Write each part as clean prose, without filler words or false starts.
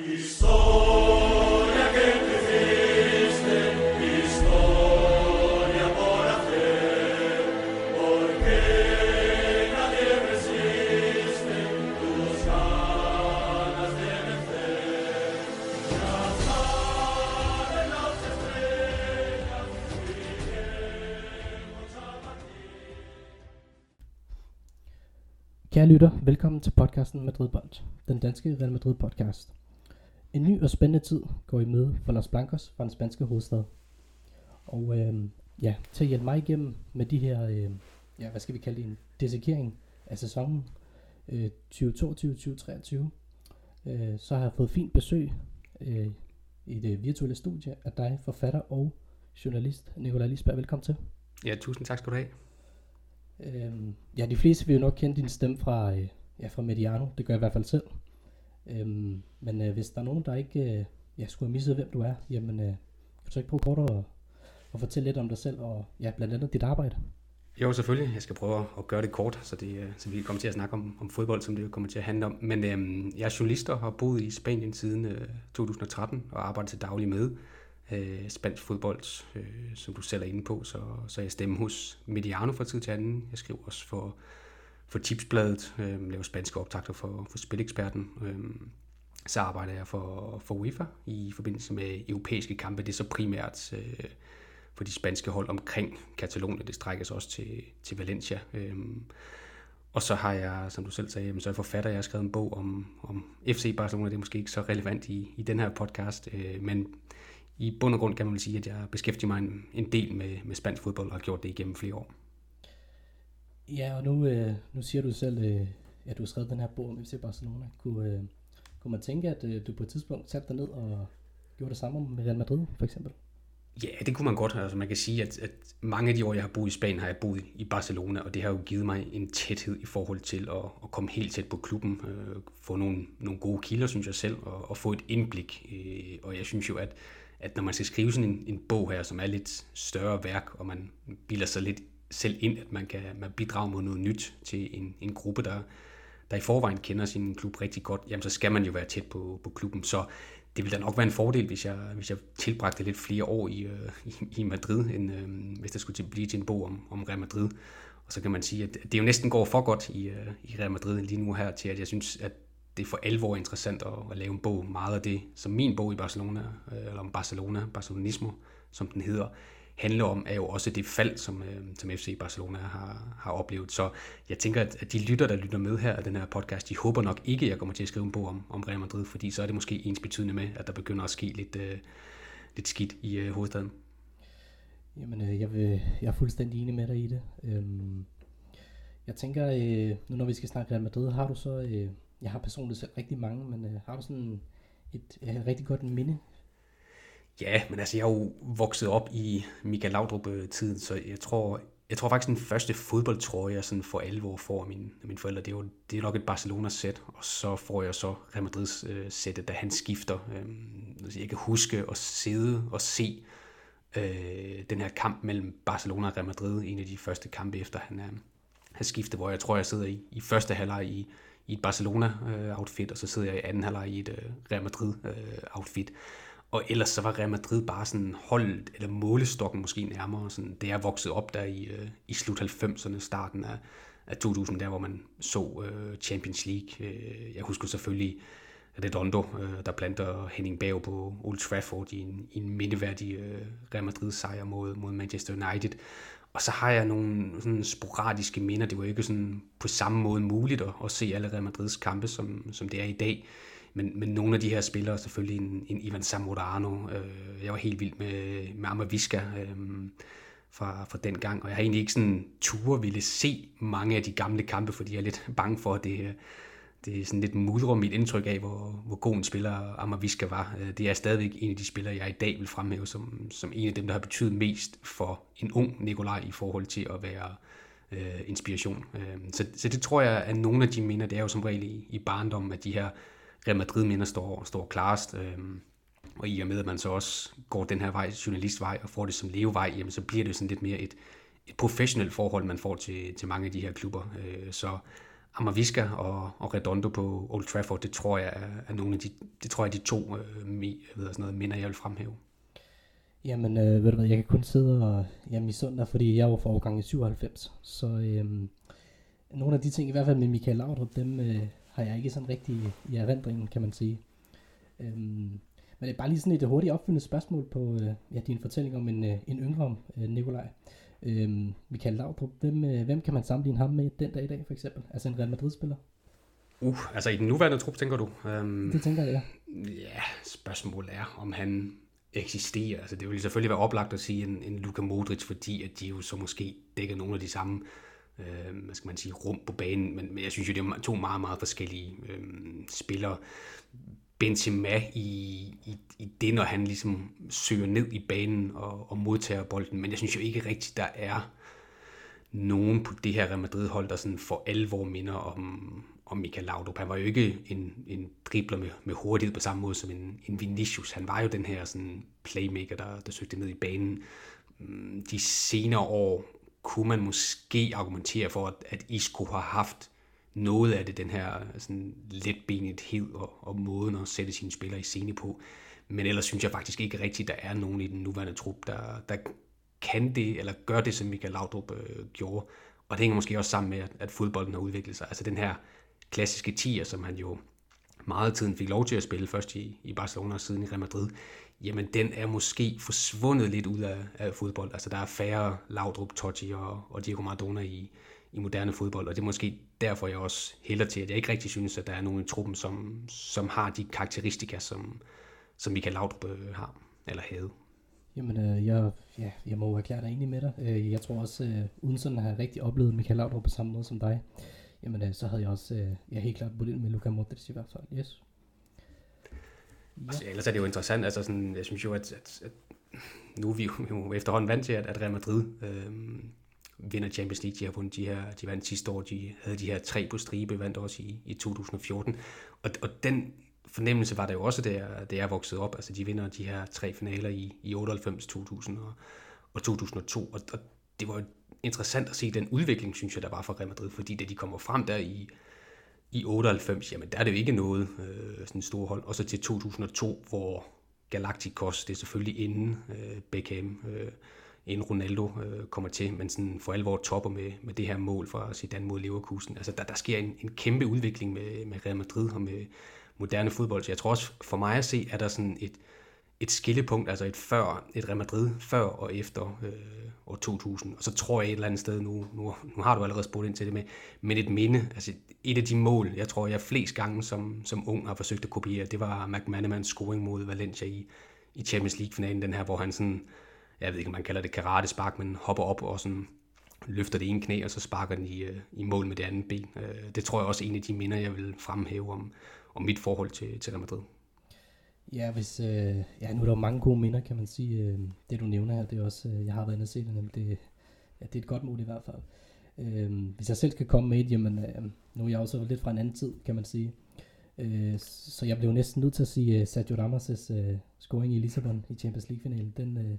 Historia que te hiciste, historia por hacer, porque nadie resiste tus ganas de vencer. Ya salen las estrellas, iremos a Madrid. Kære lytter, velkommen til podcasten Madridbold, den danske Real Madrid podcast. En ny og spændende tid går i møde for Los Blancos fra den spanske hovedstad. Og til at hjælpe mig igennem med de her, hvad skal vi kalde det, en dissekering af sæsonen 2022-2023, så har jeg fået fint besøg i det virtuelle studie af dig, forfatter og journalist Nicolai Lisberg. Velkommen til. Ja, tusind tak skal du have. De fleste vil jo nok kende din stemme fra Mediano. Det gør jeg i hvert fald selv. Men hvis der er nogen, der ikke skulle have misset, hvem du er, jamen kan du så ikke prøve kort at fortælle lidt om dig selv og blandt andet dit arbejde? Jo, selvfølgelig. Jeg skal prøve at gøre det kort, så vi kan komme til at snakke om fodbold, som det kommer til at handle om. Men jeg er journalist og har boet i Spanien siden 2013 og arbejdet til daglig med spansk fodbold, som du selv er inde på. Så jeg stemmer hos Mediano fra tid til anden. Jeg skriver også for Tipsbladet, laver spanske optagter for Spileksperten. Så arbejder jeg for UEFA i forbindelse med europæiske kampe. Det er så primært for de spanske hold omkring Katalonien. Det strækkes også til Valencia. Og så har jeg, som du selv sagde, så er jeg forfatter. Jeg har skrevet en bog om FC Barcelona. Det er måske ikke så relevant i den her podcast, men i bund og grund kan man vel sige, at jeg beskæftiger mig en del med spansk fodbold og har gjort det igennem flere år. Ja, og nu siger du selv, at du har skrevet den her bog om FC Barcelona. Kunne man tænke, at du på et tidspunkt satte dig ned og gjorde det samme med Real Madrid, for eksempel? Ja, det kunne man godt. Altså man kan sige, at mange af de år, jeg har boet i Spanien, har jeg boet i Barcelona, og det har jo givet mig en tæthed i forhold til at komme helt tæt på klubben, få nogle gode kilder, synes jeg selv, og få et indblik. Og jeg synes jo, at når man skal skrive sådan en bog her, som er lidt større værk, og man bilder sig lidt selv ind, at man bidrager med noget nyt til en gruppe, der i forvejen kender sin klub rigtig godt, jamen så skal man jo være tæt på klubben. Så det ville da nok være en fordel, hvis jeg tilbragte lidt flere år i Madrid, end hvis der skulle blive til en bog om Real Madrid. Og så kan man sige, at det jo næsten går for godt i Real Madrid lige nu her, til at jeg synes, at det er for alvor interessant at lave en bog. Meget af det, som min bog i Barcelona, eller om Barcelonismo, som den hedder, handler om, er jo også det fald, som FC Barcelona har oplevet. Så jeg tænker, at de der lytter med her af den her podcast, de håber nok ikke, at jeg kommer til at skrive en bog om Real Madrid, fordi så er det måske ensbetydende med, at der begynder at ske lidt skidt i hovedstaden. Jamen, jeg er fuldstændig enig med dig i det. Jeg tænker, nu når vi skal snakke Real Madrid, har du så, jeg har personligt selv rigtig mange, men har du sådan et rigtig godt minde? Ja, men altså jeg er jo vokset op i Michael Laudrup-tiden, så jeg tror faktisk den første fodboldtrøje, jeg sådan for alvor får af mine forældre, det er nok et Barcelona-sæt, og så får jeg så Real Madrids sættet, da han skifter. Jeg kan huske at sidde og se den her kamp mellem Barcelona og Real Madrid, en af de første kampe efter han skifter, hvor jeg tror, jeg sidder i første halvleg i et Barcelona-outfit, og så sidder jeg i anden halvleg i et Real Madrid-outfit. Og ellers så var Real Madrid bare sådan holdet, eller målestokken måske nærmere, sådan, det er vokset op der i slut 90'erne, starten af 2000, der hvor man så Champions League. Jeg husker selvfølgelig Redondo, der planter Henning Berg på Old Trafford i en mindeværdig Real Madrid-sejr mod Manchester United. Og så har jeg nogle sådan sporadiske minder. Det var ikke sådan på samme måde muligt at se alle Real Madrids kampe, som det er i dag. Men nogle af de her spillere, selvfølgelig en Ivan Zamorano, jeg var helt vild med Amavisca fra den gang, og jeg har egentlig ikke sådan ville se mange af de gamle kampe, fordi jeg er lidt bange for, at det er sådan lidt mudrer mit indtryk af, hvor god en spiller Amavisca var. Det er stadigvæk en af de spillere, jeg i dag vil fremhæve som en af dem, der har betydet mest for en ung Nicolai i forhold til at være inspiration. Så det tror jeg, at nogle af de minder, det er jo som regel i barndommen, at de her Real Madrid-minder står klarest, og i og med, at man så også går den her vej, journalistvej, og får det som levevej, jamen, så bliver det sådan lidt mere et professionelt forhold, man får til mange af de her klubber. Så Amavisca og Redondo på Old Trafford, det tror jeg er nogle af de to minder, jeg vil fremhæve. Jamen, ved du hvad, jeg kan kun sidde og misunde dig, fordi jeg var for årgang i 97, så nogle af de ting, i hvert fald med Michael Laudrup, dem har jeg ikke sådan rigtig i erindringen, kan man sige. Men det er bare lige sådan et hurtigt opfølgende spørgsmål på din fortælling om en yngre Nikolaj. Michael Laudrup, hvem kan man sammenligne ham med den dag i dag, for eksempel? Altså en Real Madrid-spiller? Altså i den nuværende trup, tænker du? Det tænker jeg, ja. Spørgsmålet er, om han eksisterer. Altså det vil selvfølgelig være oplagt at sige en Luka Modric, fordi at de jo så måske dækker nogle af de samme rum på banen, men jeg synes jo, det er to meget, meget forskellige spillere. Benzema i det, når han ligesom søger ned i banen og modtager bolden, men jeg synes jo ikke rigtigt, der er nogen på det her Real Madrid-hold, der sådan for alvor minder om Michael Laudrup. Han var jo ikke en dribler med hurtighed på samme måde som en Vinicius. Han var jo den her sådan playmaker, der søgte ned i banen. De senere år kunne man måske argumentere for, at Isco har haft noget af det, den her sådan letbenethed og måden at sætte sine spillere i scene på. Men ellers synes jeg faktisk ikke rigtigt, der er nogen i den nuværende trup, der kan det, eller gør det, som Michael Laudrup gjorde. Og det hænger måske også sammen med, at fodbolden har udviklet sig. Altså den her klassiske tier, som han jo meget tiden fik lov til at spille, først i Barcelona og siden i Real Madrid, jamen den er måske forsvundet lidt ud af fodbold. Altså der er færre Laudrup, Totti og Diego Maradona i moderne fodbold, og det er måske derfor, jeg også hælder til, at jeg ikke rigtig synes, at der er nogen i truppen, som har de karakteristika, som Michael Laudrup har, eller havde. Jamen, jeg må jo erklære dig enig med dig. Jeg tror også, uden sådan at have rigtig oplevet Michael Laudrup på samme måde som dig, jamen, så havde jeg også helt klart budt ind med Luka Modric i hvert fald. Yes. Ja. Altså, ellers er det jo interessant, altså sådan, jeg synes jo, at nu er vi jo efterhånden vant til, at Real Madrid vinder Champions League. De har vundet de vandt sidste år, de havde de her 3 på stribe, vandt også i 2014. Og den fornemmelse var der jo også, da jeg voksede op. Altså de vinder de her 3 finaler i 98, 2000 og 2002. Og det var interessant at se den udvikling, synes jeg, der var for Real Madrid, fordi da de kommer frem der i 98, jamen der er det jo ikke noget sådan en stor hold. Og så til 2002, hvor Galacticos, det er selvfølgelig inden Beckham, inden Ronaldo kommer til, men sådan for alvor topper med det her mål fra Zidane mod Leverkusen. Altså der sker en kæmpe udvikling med Real Madrid og med moderne fodbold. Så jeg tror også, for mig at se, er der sådan et skillepunkt, altså et Real Madrid før og efter år 2000. Og så tror jeg et eller andet sted, nu har du allerede spurgt ind til det men et minde, altså et af de mål, jeg tror, jeg flest gange som ung har forsøgt at kopiere, det var McManamans scoring mod Valencia i Champions League-finalen, den her, hvor han sådan, jeg ved ikke, om man kalder det karate-spark, men hopper op og sådan løfter det ene knæ, og så sparker den i mål med det andet ben. Det tror jeg også er en af de minder, jeg vil fremhæve om mit forhold til Real Madrid. Ja, nu er der jo mange gode minder, kan man sige. Det du nævner her, det er også, jeg har været inde og se det, det er et godt mål i hvert fald. Hvis jeg selv skal komme med et, jamen, nu er jeg også lidt fra en anden tid, kan man sige. Så jeg blev næsten nødt til at sige Sergio Ramos' scoring i Lissabon i Champions League-finalen.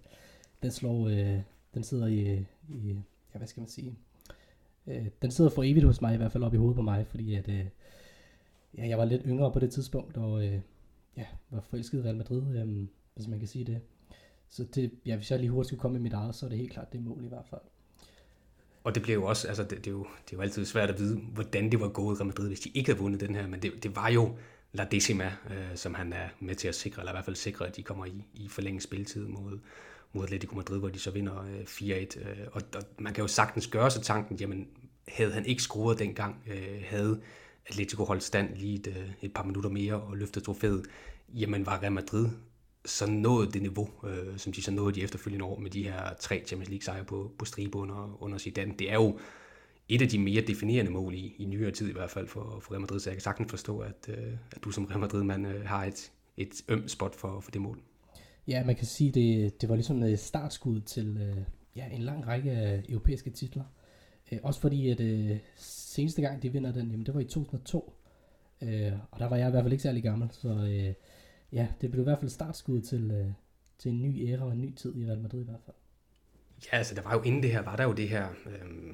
Den sidder i hvad skal man sige? Den sidder for evigt hos mig, i hvert fald op i hovedet på mig, fordi at, jeg var lidt yngre på det tidspunkt, og var forelsket i Real Madrid, hvis man kan sige det. Så hvis jeg lige hurtigt skulle komme med mit eget, så er det helt klart det mål i hvert fald. Og det blev jo også, altså det er jo altid svært at vide, hvordan det var gået Real Madrid, hvis de ikke havde vundet den her, men det var jo La Decima, som han er med til at sikre, eller i hvert fald sikre, at de kommer i forlænget spilletid mod Atletico Madrid, hvor de så vinder 4-1. Og man kan jo sagtens gøre sig tanken, jamen havde han ikke scoret dengang, havde Atletico holdt stand lige et par minutter mere og løftet trofæet, jamen var Real Madrid så nået det niveau, som de så nåede de efterfølgende år med de her 3 Champions League-sejre på stribe under Zidane. Det er jo et af de mere definerende mål i nyere tid i hvert fald for Real Madrid, så jeg kan sagtens forstå, at du som Real Madrid-mand har et ømt spot for det mål. Ja, man kan sige, det var ligesom et startskud til en lang række af europæiske titler. Også fordi, at seneste gang de vinder den, jamen det var i 2002. Og der var jeg i hvert fald ikke særlig gammel, så det blev i hvert fald startskud til en ny æra og en ny tid i Real Madrid i hvert fald. Ja, altså der var jo inden det her, var der jo det her,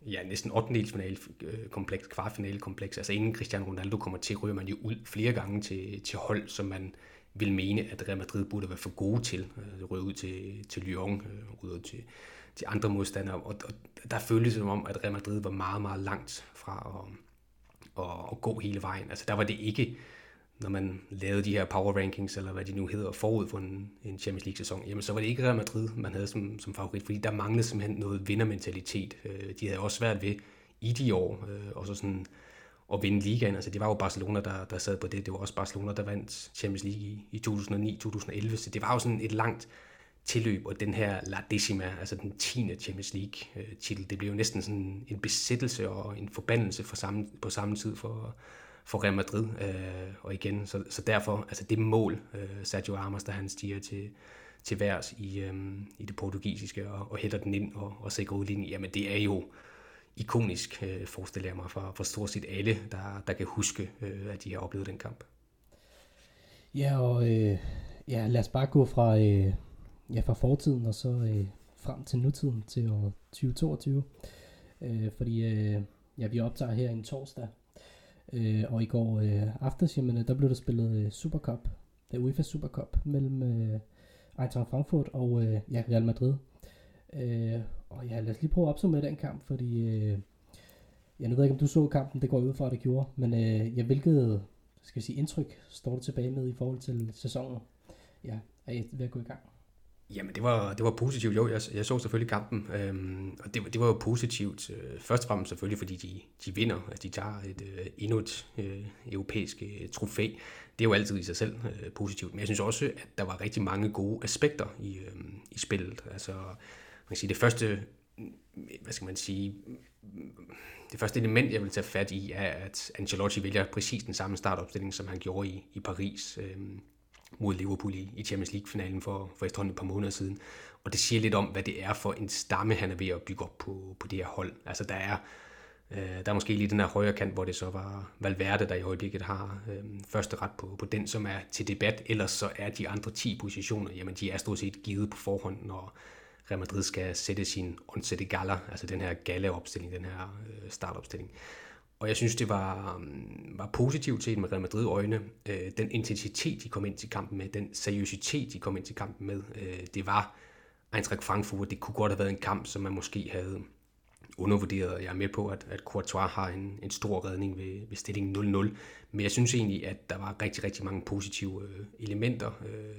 næsten 8. kompleks, kvartfinale kompleks. Altså inden Cristiano Ronaldo kommer til, ryger man jo ud flere gange til hold, som man vil mene, at Real Madrid burde være for gode til. Ryger ud til Lyon, ryger ud til andre modstandere. Og der føltes det som om, at Real Madrid var meget, meget langt fra at gå hele vejen. Altså der var det ikke, når man lavede de her power rankings, eller hvad de nu hedder, forud for en Champions League-sæson, jamen så var det ikke Real Madrid, man havde som favorit, fordi der manglede simpelthen noget vindermentalitet. De havde også svært ved i de år, og så sådan at vinde ligaen. Altså det var jo Barcelona, der sad på det. Det var også Barcelona, der vandt Champions League i 2009-2011, så det var jo sådan et langt tilløb, og den her La Decima, altså den 10. Champions League-titel, det blev jo næsten sådan en besættelse og en forbandelse på samme tid for Real Madrid, og igen, så derfor, altså det mål, Sergio Ramos, der han stiger til værs i det portugisiske, og hætter den ind og sikrer udligning, jamen det er jo ikonisk, forestiller jeg mig, for stort set alle, der kan huske, at de har oplevet den kamp. Ja, og lad os bare gå fra fortiden, og så frem til nutiden, til år 2022, fordi vi optager her en torsdag, og i går aftes, jamen, der blev der spillet Supercup, der UEFA Supercup mellem Eintracht Frankfurt og Real Madrid. Og lad os lige prøve at opsummere den kamp, fordi jeg ved ikke, om du så kampen, det går ud fra, at det gjorde, men hvilket indtryk står du tilbage med i forhold til sæsonen? Ja, er I ved at gå i gang? Jamen, det var positivt. Jo, jeg så selvfølgelig kampen, og det var jo positivt. Først og fremmest selvfølgelig, fordi de vinder, at de tager endnu et europæisk trofæ. Det er jo altid i sig selv positivt. Men jeg synes også, at der var rigtig mange gode aspekter i spillet. Altså, man kan sige, det første element, jeg vil tage fat i, er, at Ancelotti vælger præcis den samme startopstilling, som han gjorde i Paris mod Liverpool i Champions League-finalen for efterhånden et par måneder siden. Og det siger lidt om, hvad det er for en stamme, han er ved at bygge op på det her hold. Altså der er måske lige den her højre kant, hvor det så var Valverde, der i øjeblikket har første ret på den, som er til debat. Ellers så er de andre 10 positioner, jamen de er stort set givet på forhånd, når Real Madrid skal sætte sin once de gala, altså den her gala-opstilling, den her startopstilling. Og jeg synes, det var positivt set med Real Madrid-øjne. Den intensitet, de kom ind til kampen med, den seriøsitet, de kom ind til kampen med, det var Eintracht Frankfurt. Det kunne godt have været en kamp, som man måske havde undervurderet. Jeg er med på, at Courtois har en stor redning ved stillingen 0-0. Men jeg synes egentlig, at der var rigtig, rigtig mange positive elementer.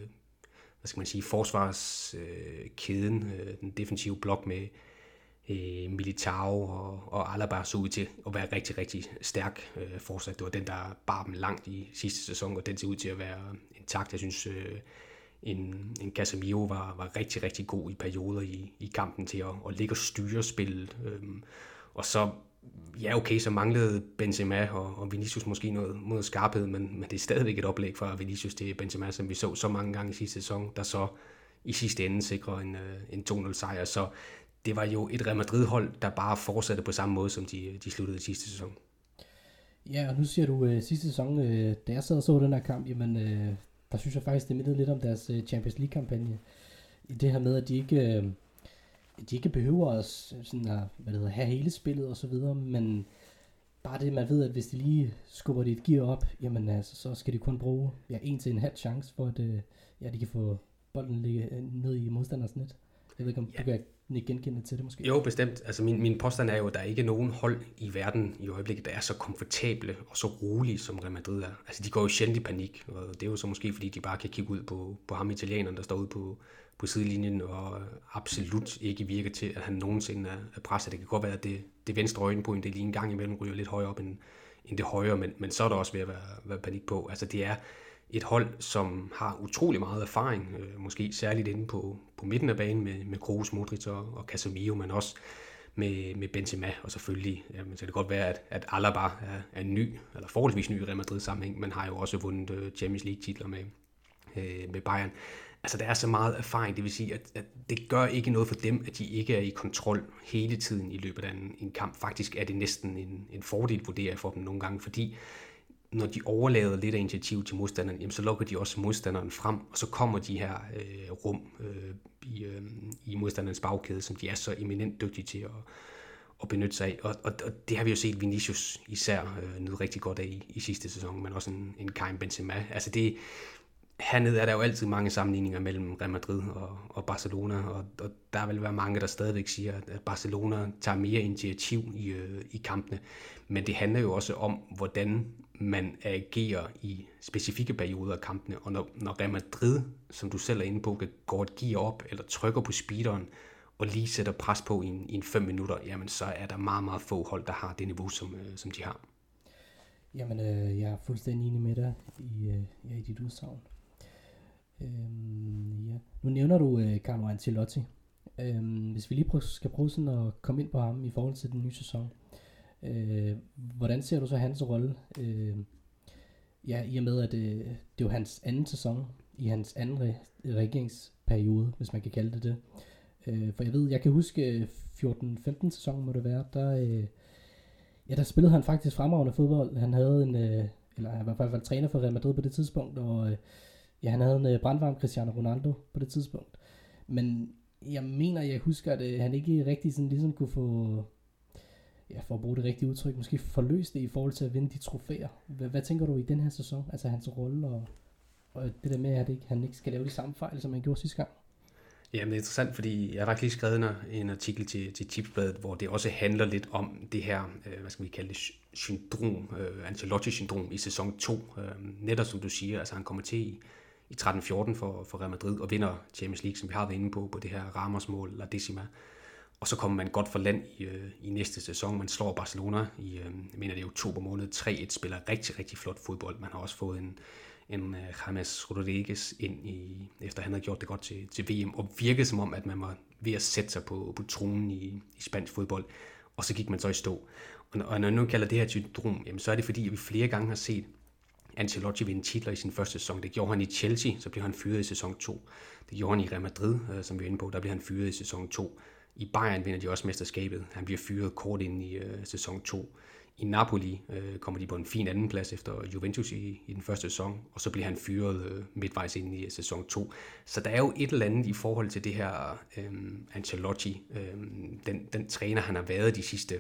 Forsvarskæden, den defensive blok med Militao og Alaba så ud til at være rigtig, rigtig stærk fortsat. Det var den, der bar dem langt i sidste sæson, og den ser ud til at være intakt. Jeg synes, en Casemiro var rigtig, rigtig god i perioder i kampen til at ligge og styre spillet. Og så, så manglede Benzema og Vinicius måske noget skarphed, men det er stadigvæk et oplæg fra Vinicius til Benzema, som vi så mange gange i sidste sæson, der så i sidste ende sikrer en 2-0 sejr. Så det var jo et Real Madrid-hold, der bare fortsatte på samme måde, som de sluttede sidste sæson. Ja, og nu siger du sidste sæson, da jeg sad og så den her kamp, jamen, der synes jeg faktisk, det mindede lidt om deres Champions League-kampagne. I det her med, at de ikke behøver at sådan have hele spillet og så videre, men bare det, man ved, at hvis de lige skubber det et gear op, jamen altså, så skal de kun bruge 1,5 chance for, at de kan få bolden ligge ned i modstanders net. Jeg ved ikke, om du kan genkende til det måske? Jo, bestemt. Altså min påstand er jo, at der ikke er nogen hold i verden i øjeblikket, der er så komfortable og så rolige, som Real Madrid er. Altså de går jo sjældent i panik, og det er jo så måske, fordi de bare kan kigge ud på ham italieneren, der står ude på sidelinjen, og absolut ikke virker til, at han nogensinde er presset. Det kan godt være, at det venstre øjenbryn, det lige en gang imellem ryger lidt højere op end det højre, men så er der også ved at være panik på. Altså det er et hold, som har utrolig meget erfaring, måske særligt inde på midten af banen med Kroos, Modric og Casemiro, men også med Benzema, og selvfølgelig, så kan det godt være, at Alaba er ny, eller forholdsvis ny i Real Madrid sammenhæng, men har jo også vundet Champions League-titler med Bayern. Altså der er så meget erfaring, det vil sige, at det gør ikke noget for dem, at de ikke er i kontrol hele tiden i løbet af en kamp. Faktisk er det næsten en fordel, vurderer jeg for dem nogle gange, fordi når de overlader lidt af initiativ til modstanderen, jamen, så lukker de også modstanderen frem, og så kommer de her rum i modstanderens bagkæde, som de er så eminent dygtige til at benytte sig af. Og det har vi jo set Vinicius især nyde rigtig godt af i sidste sæson, men også en Karim Benzema. Altså hernede er der jo altid mange sammenligninger mellem Real Madrid og Barcelona, og der vil være mange, der stadigvæk siger, at Barcelona tager mere initiativ i kampene. Men det handler jo også om, hvordan man agerer i specifikke perioder af kampene. Og når Real Madrid, som du selv er inde på, går et gear op eller trykker på speederen og lige sætter pres på i en 5 minutter, jamen så er der meget, meget få hold, der har det niveau, som de har. Jamen, jeg er fuldstændig enig med dig i dit udsagn. Ja. Nu nævner du Carlo Ancelotti. Hvis vi lige skal prøve sådan at komme ind på ham i forhold til den nye sæson. Hvordan ser du så hans rolle? I og med, at det er jo hans anden sæson i hans anden regeringsperiode, hvis man kan kalde det det. For jeg kan huske 14-15 sæson må det være, der spillede han faktisk fremragende fodbold. Han havde han var i hvert fald træner for Real Madrid på det tidspunkt, og han havde en brandvarm Cristiano Ronaldo på det tidspunkt. Men jeg husker, at han ikke rigtig sådan ligesom kunne få, for at bruge det rigtige udtryk, måske forløse det i forhold til at vinde de trofæer. Hvad tænker du i den her sæson? Altså hans rolle og det der med, at han ikke skal lave de samme fejl, som han gjorde sidste gang? Jamen det er interessant, fordi jeg har faktisk lige skrevet en artikel til Tipsbladet, hvor det også handler lidt om det her, hvad skal vi kalde det, syndrom, Ancelotti-syndrom i sæson 2. Netop som du siger, altså han kommer til i 13-14 for Real Madrid og vinder Champions League, som vi har været inde på det her Ramos-mål, La Decima. Og så kommer man godt for land i næste sæson. Man slår Barcelona jeg mener det er oktober måned, 3-1, spiller rigtig, rigtig flot fodbold. Man har også fået en James Rodriguez ind efter han havde gjort det godt til VM, og virkede som om, at man var ved at sætte sig på tronen i spansk fodbold, og så gik man så i stå. Og når jeg nu kalder det her syndrom, jamen, så er det fordi, at vi flere gange har set Ancelotti vinde titler i sin første sæson. Det gjorde han i Chelsea, så blev han fyret i sæson 2. Det gjorde han i Real Madrid, som vi er inde på, der blev han fyret i sæson 2. I Bayern vinder de også mesterskabet. Han bliver fyret kort ind i sæson 2. I Napoli kommer de på en fin andenplads efter Juventus i den første sæson, og så bliver han fyret midtvejs ind i sæson 2. Så der er jo et eller andet i forhold til det her Ancelotti, den træner, han har været de sidste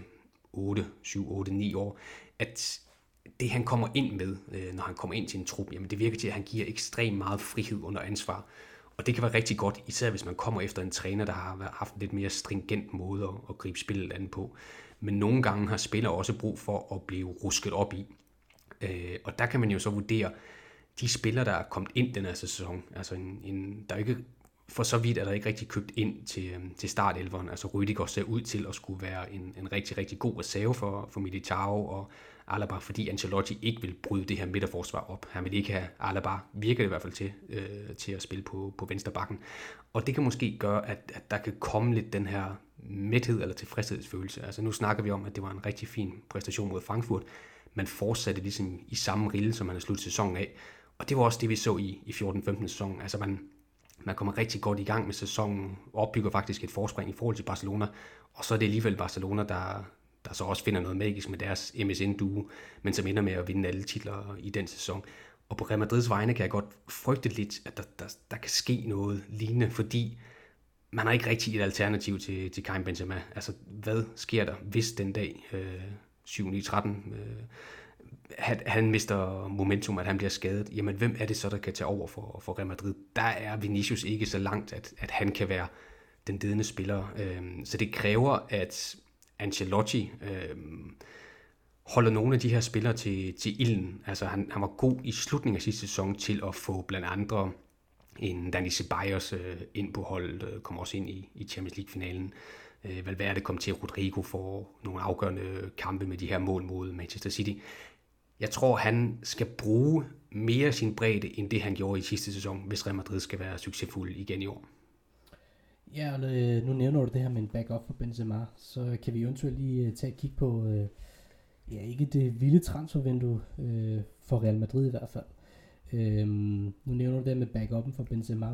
7, 8, 9 år, at det han kommer ind med, når han kommer ind til en trup, jamen det virker til, at han giver ekstremt meget frihed under ansvar. Og det kan være rigtig godt, især hvis man kommer efter en træner, der har haft en lidt mere stringent måde at gribe spillet an på. Men nogle gange har spillere også brug for at blive rusket op i. Og der kan man jo så vurdere, de spillere, der er kommet ind den her sæson, altså der er ikke, for så vidt er der ikke rigtig købt ind til startelveren. Altså Rüdiger ser ud til at skulle være en rigtig, rigtig god reserve for Militao og Alaba, fordi Ancelotti ikke vil bryde det her midterforsvar op. Han vil ikke have Alaba, virker det i hvert fald til at spille på venstre bakken. Og det kan måske gøre, at der kan komme lidt den her mæthed eller tilfredshedsfølelse. Altså nu snakker vi om, at det var en rigtig fin præstation mod Frankfurt. Man fortsatte ligesom i samme rille, som man har sluttet sæsonen af. Og det var også det, vi så i 14-15 sæson. Altså man kommer rigtig godt i gang med sæsonen, og opbygger faktisk et forspring i forhold til Barcelona. Og så er det alligevel Barcelona, der så også finder noget magisk med deres MSN-duo, men som ender med at vinde alle titler i den sæson. Og på Real Madrids vegne kan jeg godt frygte lidt, at der kan ske noget lignende, fordi man har ikke rigtig et alternativ til Karim Benzema. Altså, hvad sker der, hvis den dag 7-9-13 han mister momentum, at han bliver skadet? Jamen, hvem er det så, der kan tage over for Real Madrid? Der er Vinicius ikke så langt, at han kan være den ledende spiller. Så det kræver, at Ancelotti holder nogle af de her spillere til ilden. Altså han var god i slutningen af sidste sæson til at få blandt andre en Dani Ceballos ind på holdet, kom også ind i Champions League-finalen. Valverde kom til Rodrigo for nogle afgørende kampe med de her mål mod Manchester City. Jeg tror, han skal bruge mere sin bredde, end det han gjorde i sidste sæson, hvis Real Madrid skal være succesfuld igen i år. Ja, og nu nævner du det her med en backup for Benzema, så kan vi eventuelt lige tage et kig på, ikke det vilde transfervindue for Real Madrid i hvert fald. Nu nævner du det med backuppen for Benzema.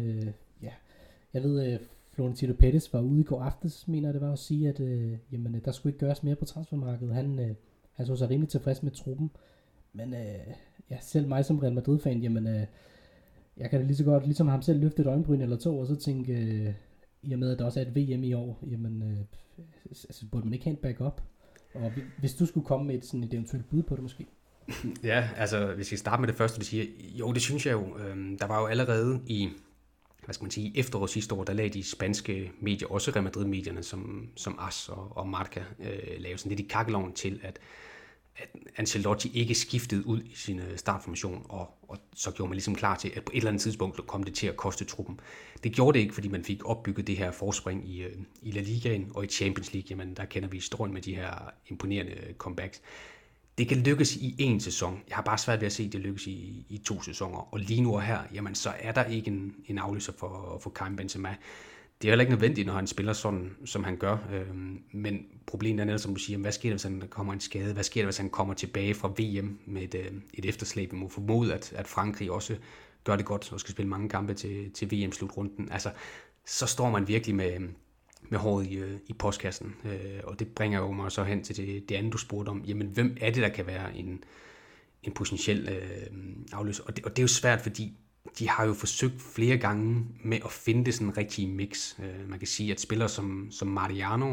Jeg ved, Florentino Pérez var ude i går aftes, mener det var at sige, at der skulle ikke gøres mere på transfermarkedet. Han så sig rimelig tilfreds med truppen, men selv mig som Real Madrid-fan, jeg kan da lige så godt, ligesom ham selv, løfte et øjenbryn eller to, og så tænke, i og med, at der også er et VM i år, jamen, altså, burde man ikke have en backup? Og hvis du skulle komme med et eventuelt bud på det måske? Ja, altså hvis vi starter med det første, du siger, jo, det synes jeg jo. Der var jo allerede i, efteråret sidste år, der lagde de spanske medier, også Real Madrid-medierne, som AS og Marca, lavede sådan lidt i kakkeloven til, at Ancelotti ikke skiftede ud i sin startformation, og så gjorde man ligesom klar til, at på et eller andet tidspunkt kom det til at koste truppen. Det gjorde det ikke, fordi man fik opbygget det her forspring i La Ligaen og i Champions League. Jamen, der kender vi historien med de her imponerende comebacks. Det kan lykkes i en sæson. Jeg har bare svært ved at se, at det lykkes i 2 sæsoner. Og lige nu og her, jamen, så er der ikke en afløser for Karim Benzema. Det er heller ikke nødvendigt, når han spiller sådan, som han gør. Men problemet er netop, som du siger, hvad sker der, hvis han kommer en skade? Hvad sker der, hvis han kommer tilbage fra VM med et efterslæb? Man må formode, at Frankrig også gør det godt og skal spille mange kampe til VM-slutrunden. Altså, så står man virkelig med håret i postkassen. Og det bringer jo mig så hen til det andet, du spurgte om. Jamen, hvem er det, der kan være en potentiel afløser? Og det er jo svært, fordi de har jo forsøgt flere gange med at finde det sådan rigtige mix. Man kan sige, at spillere som Mariano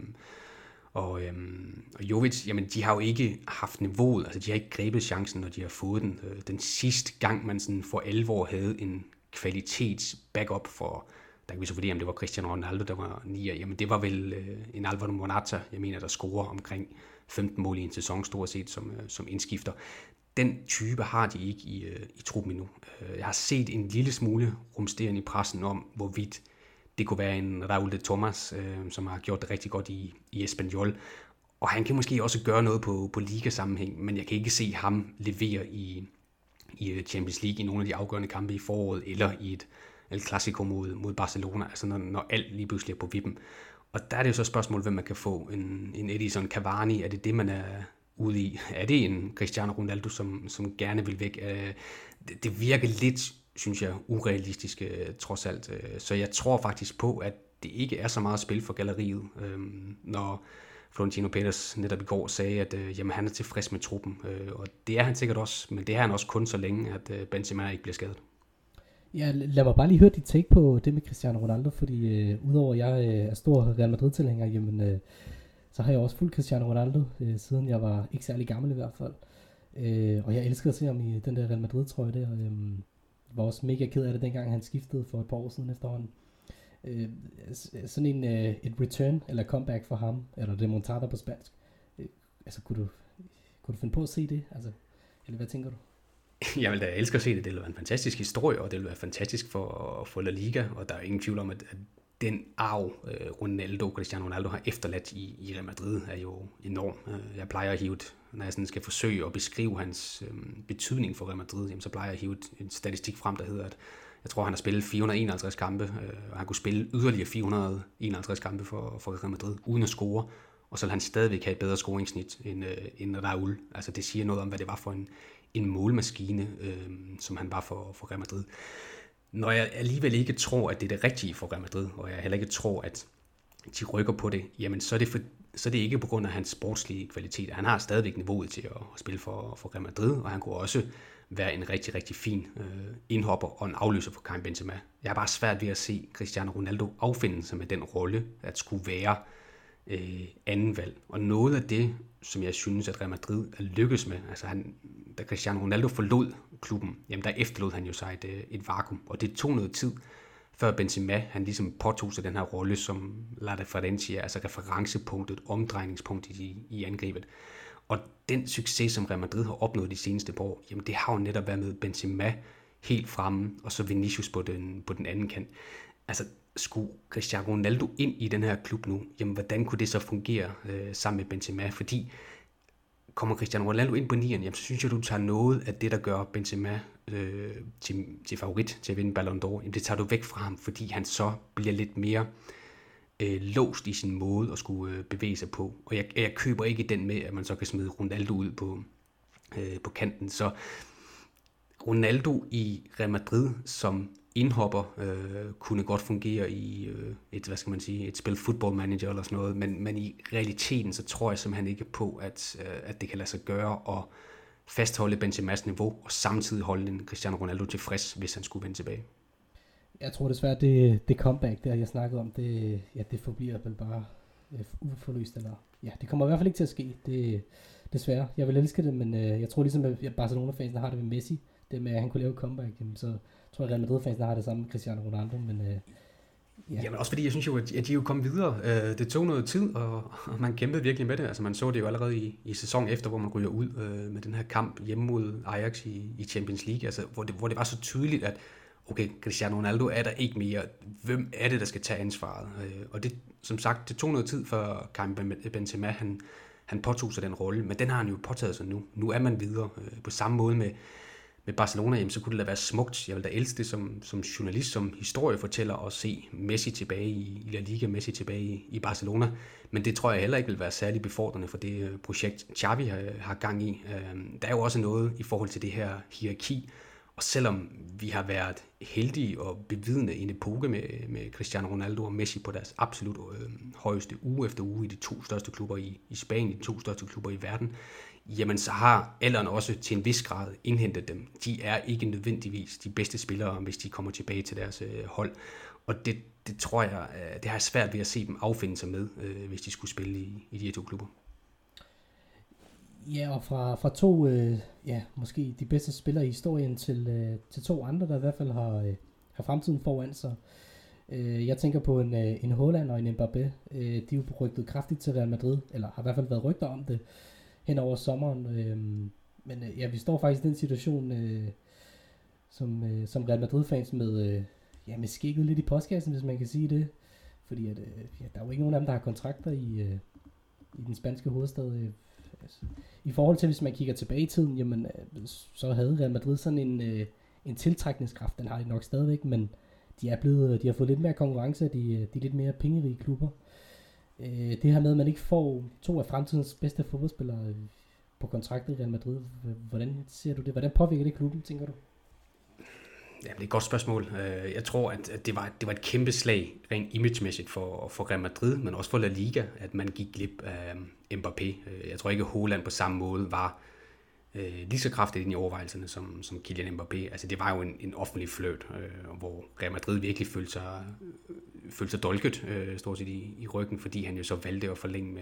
og Jovic, jamen de har jo ikke haft niveauet, altså de har ikke grebet chancen, når de har fået den. Den sidste gang, man sådan for alvor havde en kvalitets backup for, der kan vi så vurdere, om det var Cristiano Ronaldo, der var 9'er, jamen det var vel en Alvaro Morata, jeg mener, der scorer omkring 15 mål i en sæson, stort set som indskifter. Den type har de ikke i truppen endnu. Jeg har set en lille smule rumsteren i pressen om, hvorvidt det kunne være en Raúl de Tomás, som har gjort det rigtig godt i Espanyol. Og han kan måske også gøre noget på ligasammenhæng, men jeg kan ikke se ham levere i Champions League i nogle af de afgørende kampe i foråret, eller i et El Clasico mod Barcelona, altså når alt lige pludselig er på vippen. Og der er det jo så et spørgsmål, hvem man kan få. En Edison Cavani, er det man er ude i? Er det en Cristiano Ronaldo, som gerne vil væk? Det virker lidt, synes jeg, urealistisk trods alt. Så jeg tror faktisk på, at det ikke er så meget spil for galleriet, når Florentino Pérez netop i går sagde, at jamen, han er tilfreds med truppen. Og det er han sikkert også, men det er han også kun så længe, at Benzema ikke bliver skadet. Ja, lad mig bare lige høre dit take på det med Cristiano Ronaldo, fordi udover jeg er stor Real Madrid-tilhænger, jamen så har jeg også fulgt Cristiano Ronaldo, siden jeg var ikke særlig gammel i hvert fald. Og jeg elsker at se ham i den der Real Madrid-trøje der. Var også mega ked af det, dengang han skiftede for et par år siden efterhånden. Sådan et return eller comeback for ham, eller remontada på spansk. Altså, kunne du finde på at se det? Altså, eller hvad tænker du? Jeg vil da elske at se det. Det vil være en fantastisk historie, og det vil være fantastisk for La Liga, og der er ingen tvivl om, at den arv, Cristiano Ronaldo har efterladt i Real Madrid, er jo enorm. Jeg plejer at hive, når jeg sådan skal forsøge at beskrive hans betydning for Real Madrid, jamen, så plejer jeg at hive en statistik frem, der hedder, at jeg tror, han har spillet 451 kampe, og han kunne spille yderligere 451 kampe for Real Madrid, uden at score, og så vil han stadigvæk have et bedre scoringssnit end Raúl. Altså det siger noget om, hvad det var for en målmaskine, som han var for Real Madrid. Når jeg alligevel ikke tror, at det er det rigtige for Real Madrid, og jeg heller ikke tror, at de rykker på det, jamen så er det ikke på grund af hans sportslige kvalitet. Han har stadigvæk niveauet til at spille for Real Madrid, og han kunne også være en rigtig, rigtig fin indhopper og en afløser for Karim Benzema. Jeg er bare svært ved at se Cristiano Ronaldo affinde sig med den rolle, at skulle være anden valg. Og noget af det, som jeg synes, at Real Madrid er lykkes med, altså da Cristiano Ronaldo forlod klubben, jamen der efterlod han jo sig et vakuum, og det tog noget tid, før Benzema, han ligesom påtog sig den her rolle som La Referencia, altså referencepunktet, omdrejningspunktet i angrebet. Og den succes, som Real Madrid har opnået de seneste par år, jamen det har jo netop været med Benzema helt fremme, og så Vinicius på den anden kant. Altså, skulle Cristiano Ronaldo ind i den her klub nu, jamen hvordan kunne det så fungere sammen med Benzema? Fordi kommer Cristiano Ronaldo ind på 9'eren, jamen så synes jeg, du tager noget af det, der gør Benzema til favorit til at vinde Ballon d'Or. Jamen det tager du væk fra ham, fordi han så bliver lidt mere låst i sin måde at skulle bevæge sig på. Og jeg køber ikke den med, at man så kan smide Ronaldo ud på kanten. Så Ronaldo i Real Madrid som indhopper kunne godt fungere i et spil Football Manager eller sådan noget, men i realiteten så tror jeg simpelthen ikke på, at det kan lade sig gøre at fastholde Benzemas niveau og samtidig holde en Cristiano Ronaldo tilfreds, hvis han skulle vende tilbage. Jeg tror desværre, det comeback, der jeg snakkede om, det forbliver vel bare uforløst. Eller, ja, det kommer i hvert fald ikke til at ske. Desværre. Jeg vil elske det, men jeg tror ligesom, at Barcelona-fansene har det med Messi. Det med, at han kunne lave et comeback. Jamen, så tror jeg, at Real Madrid-fansene har det samme med Cristiano Ronaldo. Men, ja. Jamen også fordi, jeg synes jo, at de jo kom videre. Det tog noget tid, og man kæmpede virkelig med det. Altså man så det jo allerede i sæsonen efter, hvor man ryger ud med den her kamp hjemme mod Ajax i Champions League. Altså, hvor det var så tydeligt, at okay, Cristiano Ronaldo er der ikke mere. Hvem er det, der skal tage ansvaret? Og det, som sagt, det tog noget tid, før Karim Benzema, han påtog sig den rolle. Men den har han jo påtaget sig nu. Nu er man videre. På samme måde med Barcelona, jamen, så kunne det da være smukt. Jeg vil da elske det som journalist, som historiefortæller, og se Messi tilbage i La Liga, Messi tilbage i Barcelona. Men det tror jeg heller ikke vil være særlig befordrende for det projekt, Xavi har gang i. Der er jo også noget i forhold til det her hierarki. Og selvom vi har været heldige og bevidne en epoke med Cristiano Ronaldo og Messi på deres absolut højeste uge efter uge i de 2 største klubber i Spanien, de 2 største klubber i verden, jamen så har alderen også til en vis grad indhentet dem. De er ikke nødvendigvis de bedste spillere, hvis de kommer tilbage til deres hold. Og det tror jeg, det har jeg svært ved at se dem affinde sig med, hvis de skulle spille i de her 2 klubber. Ja, og fra 2, måske de bedste spillere i historien til 2 andre, der i hvert fald har fremtiden foran sig. Jeg tænker på en Haaland og en Mbappé. De er jo rygtet kraftigt til Real Madrid, eller har i hvert fald været rygter om det hen over sommeren. Men vi står faktisk i den situation som Real Madrid-fans med skægget lidt i postkassen, hvis man kan sige det. Fordi at, der er jo ikke nogen af dem, der har kontrakter i den spanske hovedstad. I forhold til, hvis man kigger tilbage i tiden, jamen, så havde Real Madrid sådan en tiltrækningskraft. Den har de nok stadigvæk, men de har fået lidt mere konkurrence, de er lidt mere pengerige klubber. Det her med, at man ikke får 2 af fremtidens bedste fodboldspillere på kontrakt i Real Madrid. Hvordan ser du det? Hvordan påvirker det klubben, tænker du? Jamen, det er et godt spørgsmål. Jeg tror, at det var et kæmpe slag rent imagemæssigt for Real Madrid, men også for La Liga, at man gik glip af Mbappé. Jeg tror ikke, at Haaland på samme måde var lige så kraftigt i overvejelserne som Kylian Mbappé. Altså, det var jo en offentlig flirt, hvor Real Madrid virkelig følte sig dolket stort set i ryggen, fordi han jo så valgte at forlænge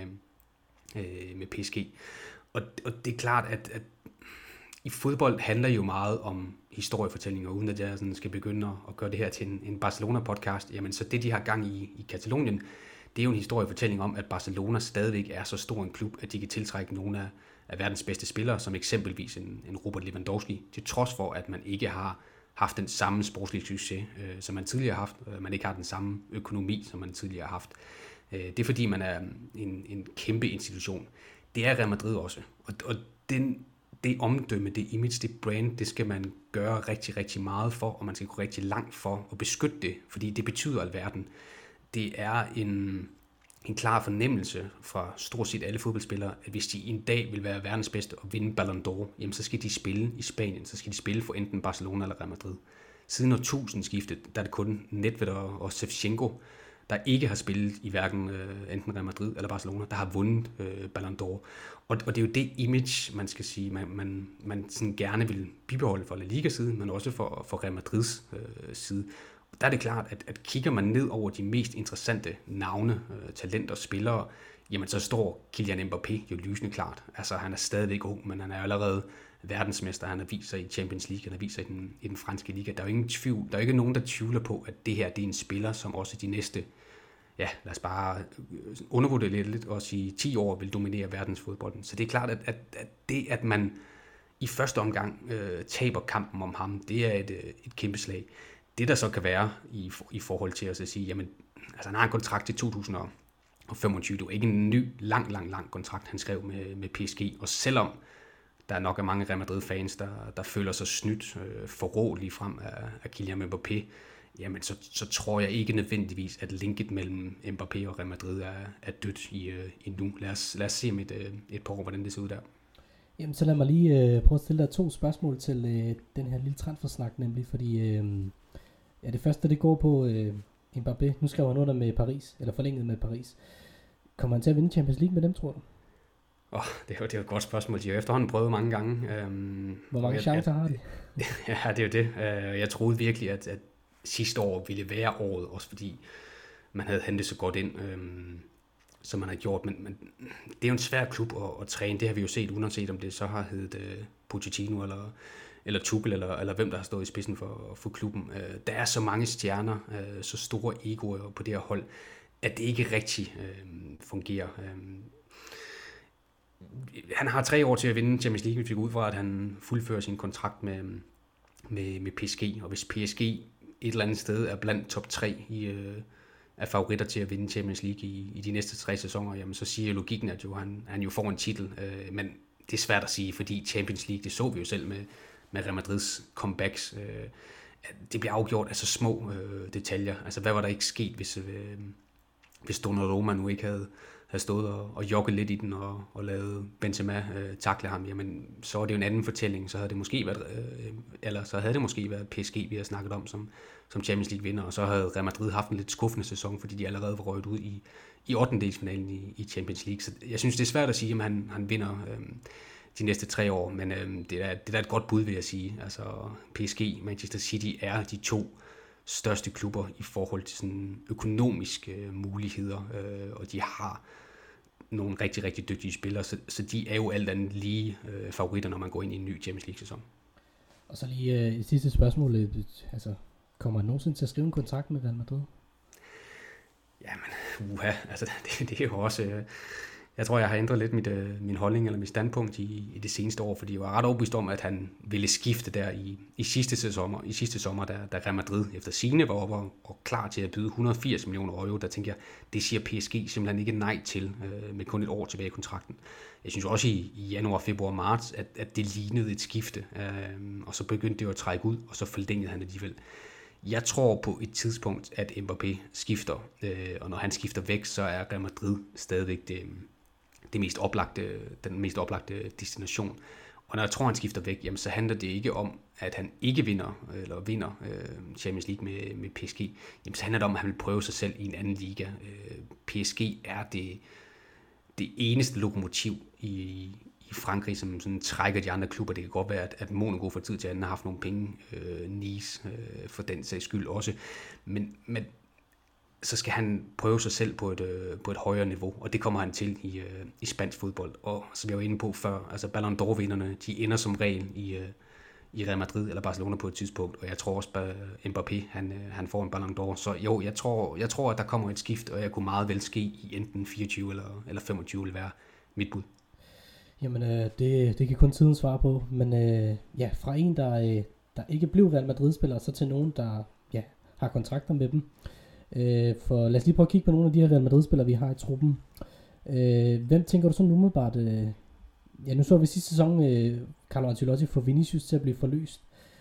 med PSG. Og det er klart, at i fodbold handler jo meget om historiefortællinger, uden at jeg sådan skal begynde at gøre det her til en Barcelona-podcast. Jamen, så det, de har gang i Katalonien, det er jo en historiefortælling om, at Barcelona stadigvæk er så stor en klub, at de kan tiltrække nogle af verdens bedste spillere, som eksempelvis en Robert Lewandowski, til trods for, at man ikke har haft den samme sportslige succes, som man tidligere har haft. Man ikke har den samme økonomi, som man tidligere har haft. Det er fordi, man er en kæmpe institution. Det er Real Madrid også. Og det omdømme, det image, det brand, det skal man gøre rigtig, rigtig meget for, og man skal gå rigtig langt for at beskytte det, fordi det betyder alverden. Det er en klar fornemmelse fra stort set alle fodboldspillere, at hvis de en dag vil være verdens bedste og vinde Ballon d'Or, jamen så skal de spille i Spanien, så skal de spille for enten Barcelona eller Real Madrid. Siden årtusindskiftet, der er det kun Nedved og Shevchenko, der ikke har spillet i hverken enten Real Madrid eller Barcelona, der har vundet Ballon d'Or. Og det er jo det image, man skal sige, man sådan gerne vil bibeholde for La Ligas side, men også for Real Madrids side. Og der er det klart, at kigger man ned over de mest interessante navne, talenter og spillere, jamen så står Kylian Mbappé jo lysende klart. Altså han er stadigvæk ung, men han er allerede verdensmester. Han har vist sig i Champions League, han har vist sig i den franske liga. Der er jo ingen tvivl, der er ikke nogen, der tvivler på, at det her det er en spiller, som også de næste, lad os bare undervurdere lidt og sige 10 år vil dominere verdensfodbolden. Så det er klart, at det, at man i første omgang taber kampen om ham, det er et kæmpe slag. Det der så kan være i forhold til at sige, jamen, altså han har en kontrakt til 2025, det er ikke en ny, lang kontrakt, han skrev med PSG, og selvom der er nok af mange Real Madrid-fans, der føler sig snydt forrådt lige frem af Kylian Mbappé, jamen så tror jeg ikke nødvendigvis, at linket mellem Mbappé og Real Madrid er dødt endnu. Lad os se om et par år, hvordan det ser ud der. Jamen så lad mig lige prøve at stille dig 2 spørgsmål til den her lille transfersnak, nemlig fordi det første det går på Mbappé. Nu skriver han under med Paris, eller forlænget med Paris. Kommer han til at vinde Champions League med dem, tror du? Det er jo et godt spørgsmål. De har efterhånden prøvet mange gange. Hvor mange chancer har de? Ja, det er jo det. Jeg troede virkelig, at sidste år ville være året, også fordi man havde hentet så godt ind, som man har gjort. Men det er jo en svær klub at træne. Det har vi jo set, uanset om det så har heddet Pochettino eller Tuchel, eller hvem der har stået i spidsen for klubben. Der er så mange stjerner, så store egoer på det her hold, at det ikke rigtig fungerer. Han har 3 år til at vinde Champions League. Vi fik ud fra, at han fuldfører sin kontrakt med PSG. Og hvis PSG et eller andet sted er blandt top 3 af favoritter til at vinde Champions League i de næste 3 sæsoner, jamen så siger logikken, at han jo får en titel. Men det er svært at sige, fordi Champions League, det så vi jo selv med Real Madrids comebacks. Det bliver afgjort af så små detaljer. Altså, hvad var der ikke sket, hvis Donnarumma nu ikke havde stået og jogget lidt i den og lavet Benzema takle ham, jamen så er det jo en anden fortælling. Så havde det måske været PSG, vi har snakket om som Champions League vinder, og så havde Real Madrid haft en lidt skuffende sæson, fordi de allerede var røget ud i 8. i Champions League. Så jeg synes, det er svært at sige, om han vinder de næste 3 år, men det er et godt bud, vil jeg sige. Altså PSG, Manchester City er de 2 største klubber i forhold til sådan økonomiske muligheder, og de har nogle rigtig, rigtig dygtige spillere, så de er jo alt andet lige favoritter, når man går ind i en ny Champions League-sæson. Og så lige et sidste spørgsmål. Altså, kommer han nogensinde til at skrive en kontrakt med Real Madrid? Jamen, altså det er jo også... Jeg tror, jeg har ændret lidt min holdning eller mit standpunkt i det seneste år, fordi jeg var ret overbevist om, at han ville skifte der i sidste sommer, da Real Madrid efter sigende var oppe og klar til at byde 180 millioner euro. Der tænkte jeg, det siger PSG simpelthen ikke nej til med kun et år tilbage i kontrakten. Jeg synes også i januar, februar og marts, at det lignede et skifte, og så begyndte det jo at trække ud, og så forlængede han alligevel. Jeg tror på et tidspunkt, at Mbappé skifter, og når han skifter væk, så er Real Madrid stadigvæk den mest oplagte destination. Og når jeg tror, han skifter væk, jamen, så handler det ikke om, at han ikke vinder Champions League med PSG. Jamen, så handler det om, at han vil prøve sig selv i en anden liga. PSG er det eneste lokomotiv i Frankrig, som sådan trækker de andre klubber. Det kan godt være, at Monaco for tid til anden har haft nogle penge, Nice for den sags skyld også. Men så skal han prøve sig selv på et højere niveau, og det kommer han til i spansk fodbold. Og som jeg var inde på før, altså Ballon d'Or-vinderne, de ender som regel i Real Madrid eller Barcelona på et tidspunkt, og jeg tror også, at Mbappé, han får en Ballon d'Or. Så jo, jeg tror, at der kommer et skift, og jeg kunne meget vel ske i enten 24 eller 25 vil være mit bud. Jamen, det kan kun tiden svare på, men fra en, der ikke blev Real Madrid-spiller, så til nogen, der har kontrakter med dem. For lad os lige prøve at kigge på nogle af de her Real Madrid-spillere, vi har i truppen. Hvem tænker du sådan umiddelbart? Nu så vi sidste sæson Carlo Ancelotti få Vinicius til at blive forløst.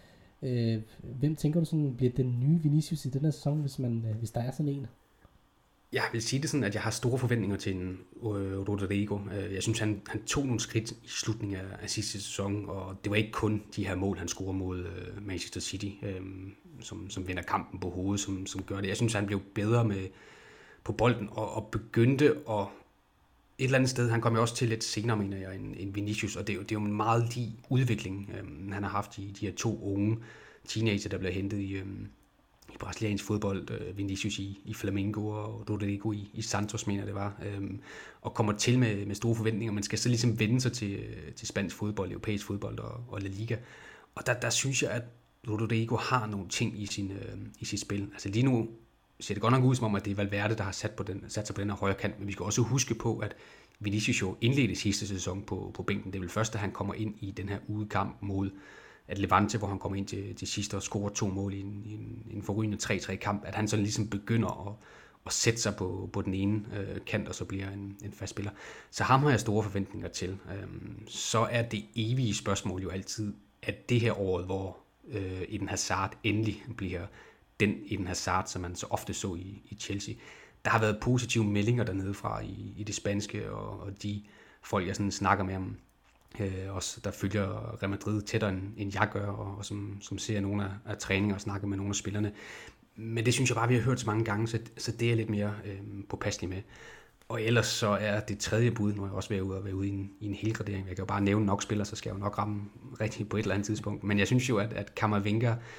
Hvem tænker du sådan bliver den nye Vinicius i den her sæson, hvis der er sådan en? Jeg vil sige det sådan, at jeg har store forventninger til en Rodrigo. Jeg synes, han tog nogle skridt i slutningen af sidste sæson, og det var ikke kun de her mål, han scorede mod Manchester City, som vinder kampen på hovedet, som gør det. Jeg synes, han blev bedre på bolden og begyndte at et eller andet sted, han kom jo også til lidt senere, mener jeg, end Vinicius, og det er jo en meget lige udvikling, han har haft i de her 2 unge teenager, der blev hentet i brasiliansk fodbold, Vinicius i Flamengo og Rodrigo i Santos, mener det var, og kommer til med store forventninger. Man skal så ligesom vende sig til spansk fodbold, europæisk fodbold og La Liga. Og der synes jeg, at Rodrigo har nogle ting i sit spil. Altså lige nu ser det godt nok ud som om, at det er Valverde, der har sat sig på den her højre kant, men vi skal også huske på, at Vinicius jo indledte sidste sæson på bænken. Det er vel først, da han kommer ind i den her udekamp mod Levante, hvor han kommer ind til sidst og scorer 2 mål i en forrygende 3-3 kamp, at han så ligesom begynder at sætte sig på den ene kant, og så bliver en fast spiller. Så ham har jeg store forventninger til. Så er det evige spørgsmål jo altid, at det her året, hvor Eden Hazard endelig bliver den Eden Hazard, som man så ofte så i Chelsea. Der har været positive meldinger dernede fra i det spanske, og de folk, jeg sådan snakker med om, også der følger Real Madrid tættere end jeg gør, og som ser nogle af træninger og snakker med nogle af spillerne. Men det synes jeg bare, vi har hørt så mange gange, så det er lidt mere påpasselig med. Og ellers så er det tredje bud, når jeg også vil være ude i en helgradering. Jeg kan jo bare nævne nok spillere, så skal jeg jo nok ramme rigtigt på et eller andet tidspunkt. Men jeg synes jo, at Camavinga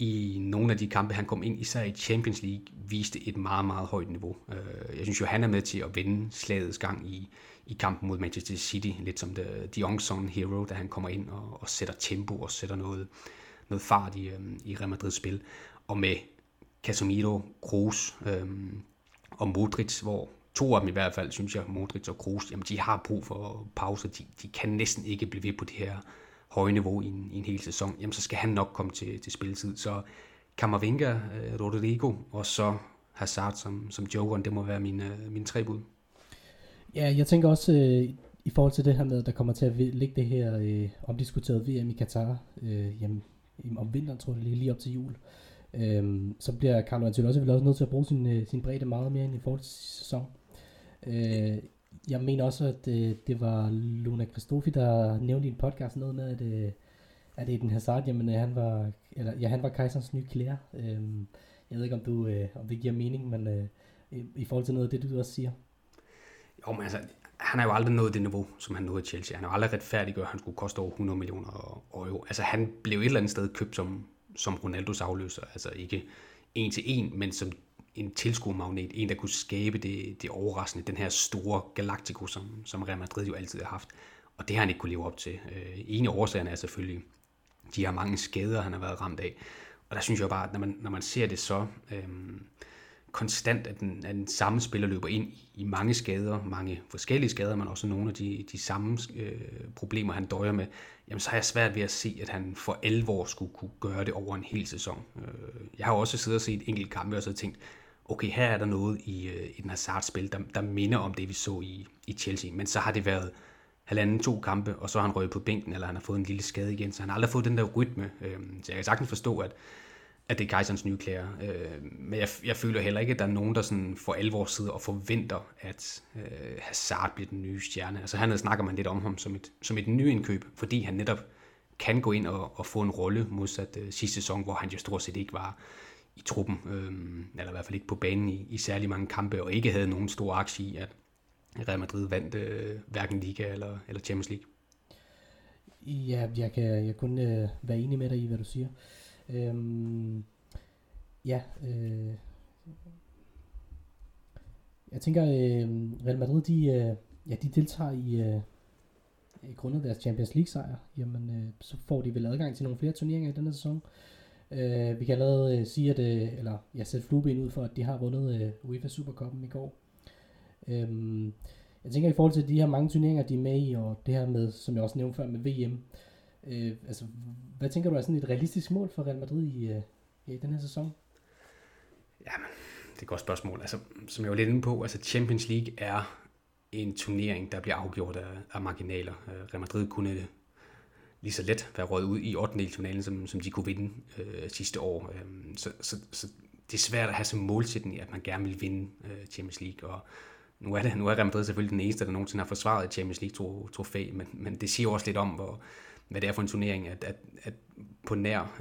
i nogle af de kampe, han kom ind, især i Champions League, viste et meget, meget højt niveau. Jeg synes jo, han er med til at vende slagets gang i kampen mod Manchester City, lidt som the unsung hero, da han kommer ind og sætter tempo og sætter noget fart i Real Madrids spil. Og med Casemiro, Kroos og Modric, hvor to af dem i hvert fald, synes jeg, Modric og Kroos, jamen de har brug for pauser. De kan næsten ikke blive ved på det her høje niveau i en hel sæson. Jamen så skal han nok komme til spilletid. Så Camavinga, Rodrigo og så Hazard som jokeren, det må være mine 3 bud. Ja, jeg tænker også i forhold til det her med, at der kommer til at ligge det her omdiskuterede VM i Katar om vinteren, tror jeg, lige op til jul. Så bliver Carlo Ancelotti vel også nødt til at bruge sin bredde meget mere end i forhold til sæson. Jeg mener også, at det var Luna Christofi, der nævnte i en podcast noget med, at Eden Hazard, jamen han var kejserens nye klæder. Jeg ved ikke, om det giver mening, men i forhold til noget af det, du også siger. Jo, men altså, han har jo aldrig nået det niveau, som han nåede i Chelsea. Han har jo aldrig retfærdiggjort, at han skulle koste over 100 millioner euro. Altså, han blev et eller andet sted købt som Ronaldos afløser. Altså ikke 1-1, men som en tilskuermagnet. En, der kunne skabe det overraskende. Den her store Galactico, som Real Madrid jo altid har haft. Og det har han ikke kunne leve op til. En af årsagerne er selvfølgelig de her mange skader, han har været ramt af. Og der synes jeg bare, at når man ser det så konstant, at den samme spiller løber ind i mange skader, mange forskellige skader, men også nogle af de samme problemer, han døjer med, jamen så har jeg svært ved at se, at han for alvor skulle kunne gøre det over en hel sæson. Jeg har også siddet og set enkelt kampe, og så tænkt, okay, her er der noget i den Hazard-spil, der minder om det, vi så i Chelsea, men så har det været 1,5-2 kampe, og så har han røget på bænken, eller han har fået en lille skade igen, så han har aldrig fået den der rytme. Så jeg kan sagtens forstå, at det er kejserens nye klæder. Men jeg føler heller ikke, at der er nogen, der sådan for alvor sidder og forventer, at Hazard bliver den nye stjerne. Altså hernede snakker man lidt om ham som et nyindkøb, fordi han netop kan gå ind og få en rolle modsat sidste sæson, hvor han jo stort set ikke var i truppen, eller i hvert fald ikke på banen i særlig mange kampe, og ikke havde nogen stor aktie i, at Real Madrid vandt hverken Liga eller Champions League. Ja, jeg kan kun være enig med dig i, hvad du siger. Jeg tænker, Real Madrid, de deltager i grund af deres Champions League sejr. Jamen, så får de vel adgang til nogle flere turneringer i denne sæson. Vi kan allerede sige, at sætte flueben ud for, at de har vundet UEFA Supercuppen i går. Jeg tænker i forhold til de her mange turneringer, de er med i, og det her med, som jeg også nævnte før, med VM. Hvad tænker du er sådan et realistisk mål for Real Madrid i den her sæson? Jamen, det er et godt spørgsmål. Altså, som jeg var lidt inde på, altså Champions League er en turnering, der bliver afgjort af marginaler. Real Madrid kunne lige så let være røget ud i 8-delsfinalen, som de kunne vinde sidste år. Så det er svært at have som målsætning, at man gerne vil vinde Champions League. Og nu er Real Madrid selvfølgelig den eneste, der nogensinde har forsvaret et Champions League trofæ, men det siger også lidt om, hvad det er for en turnering, at på nær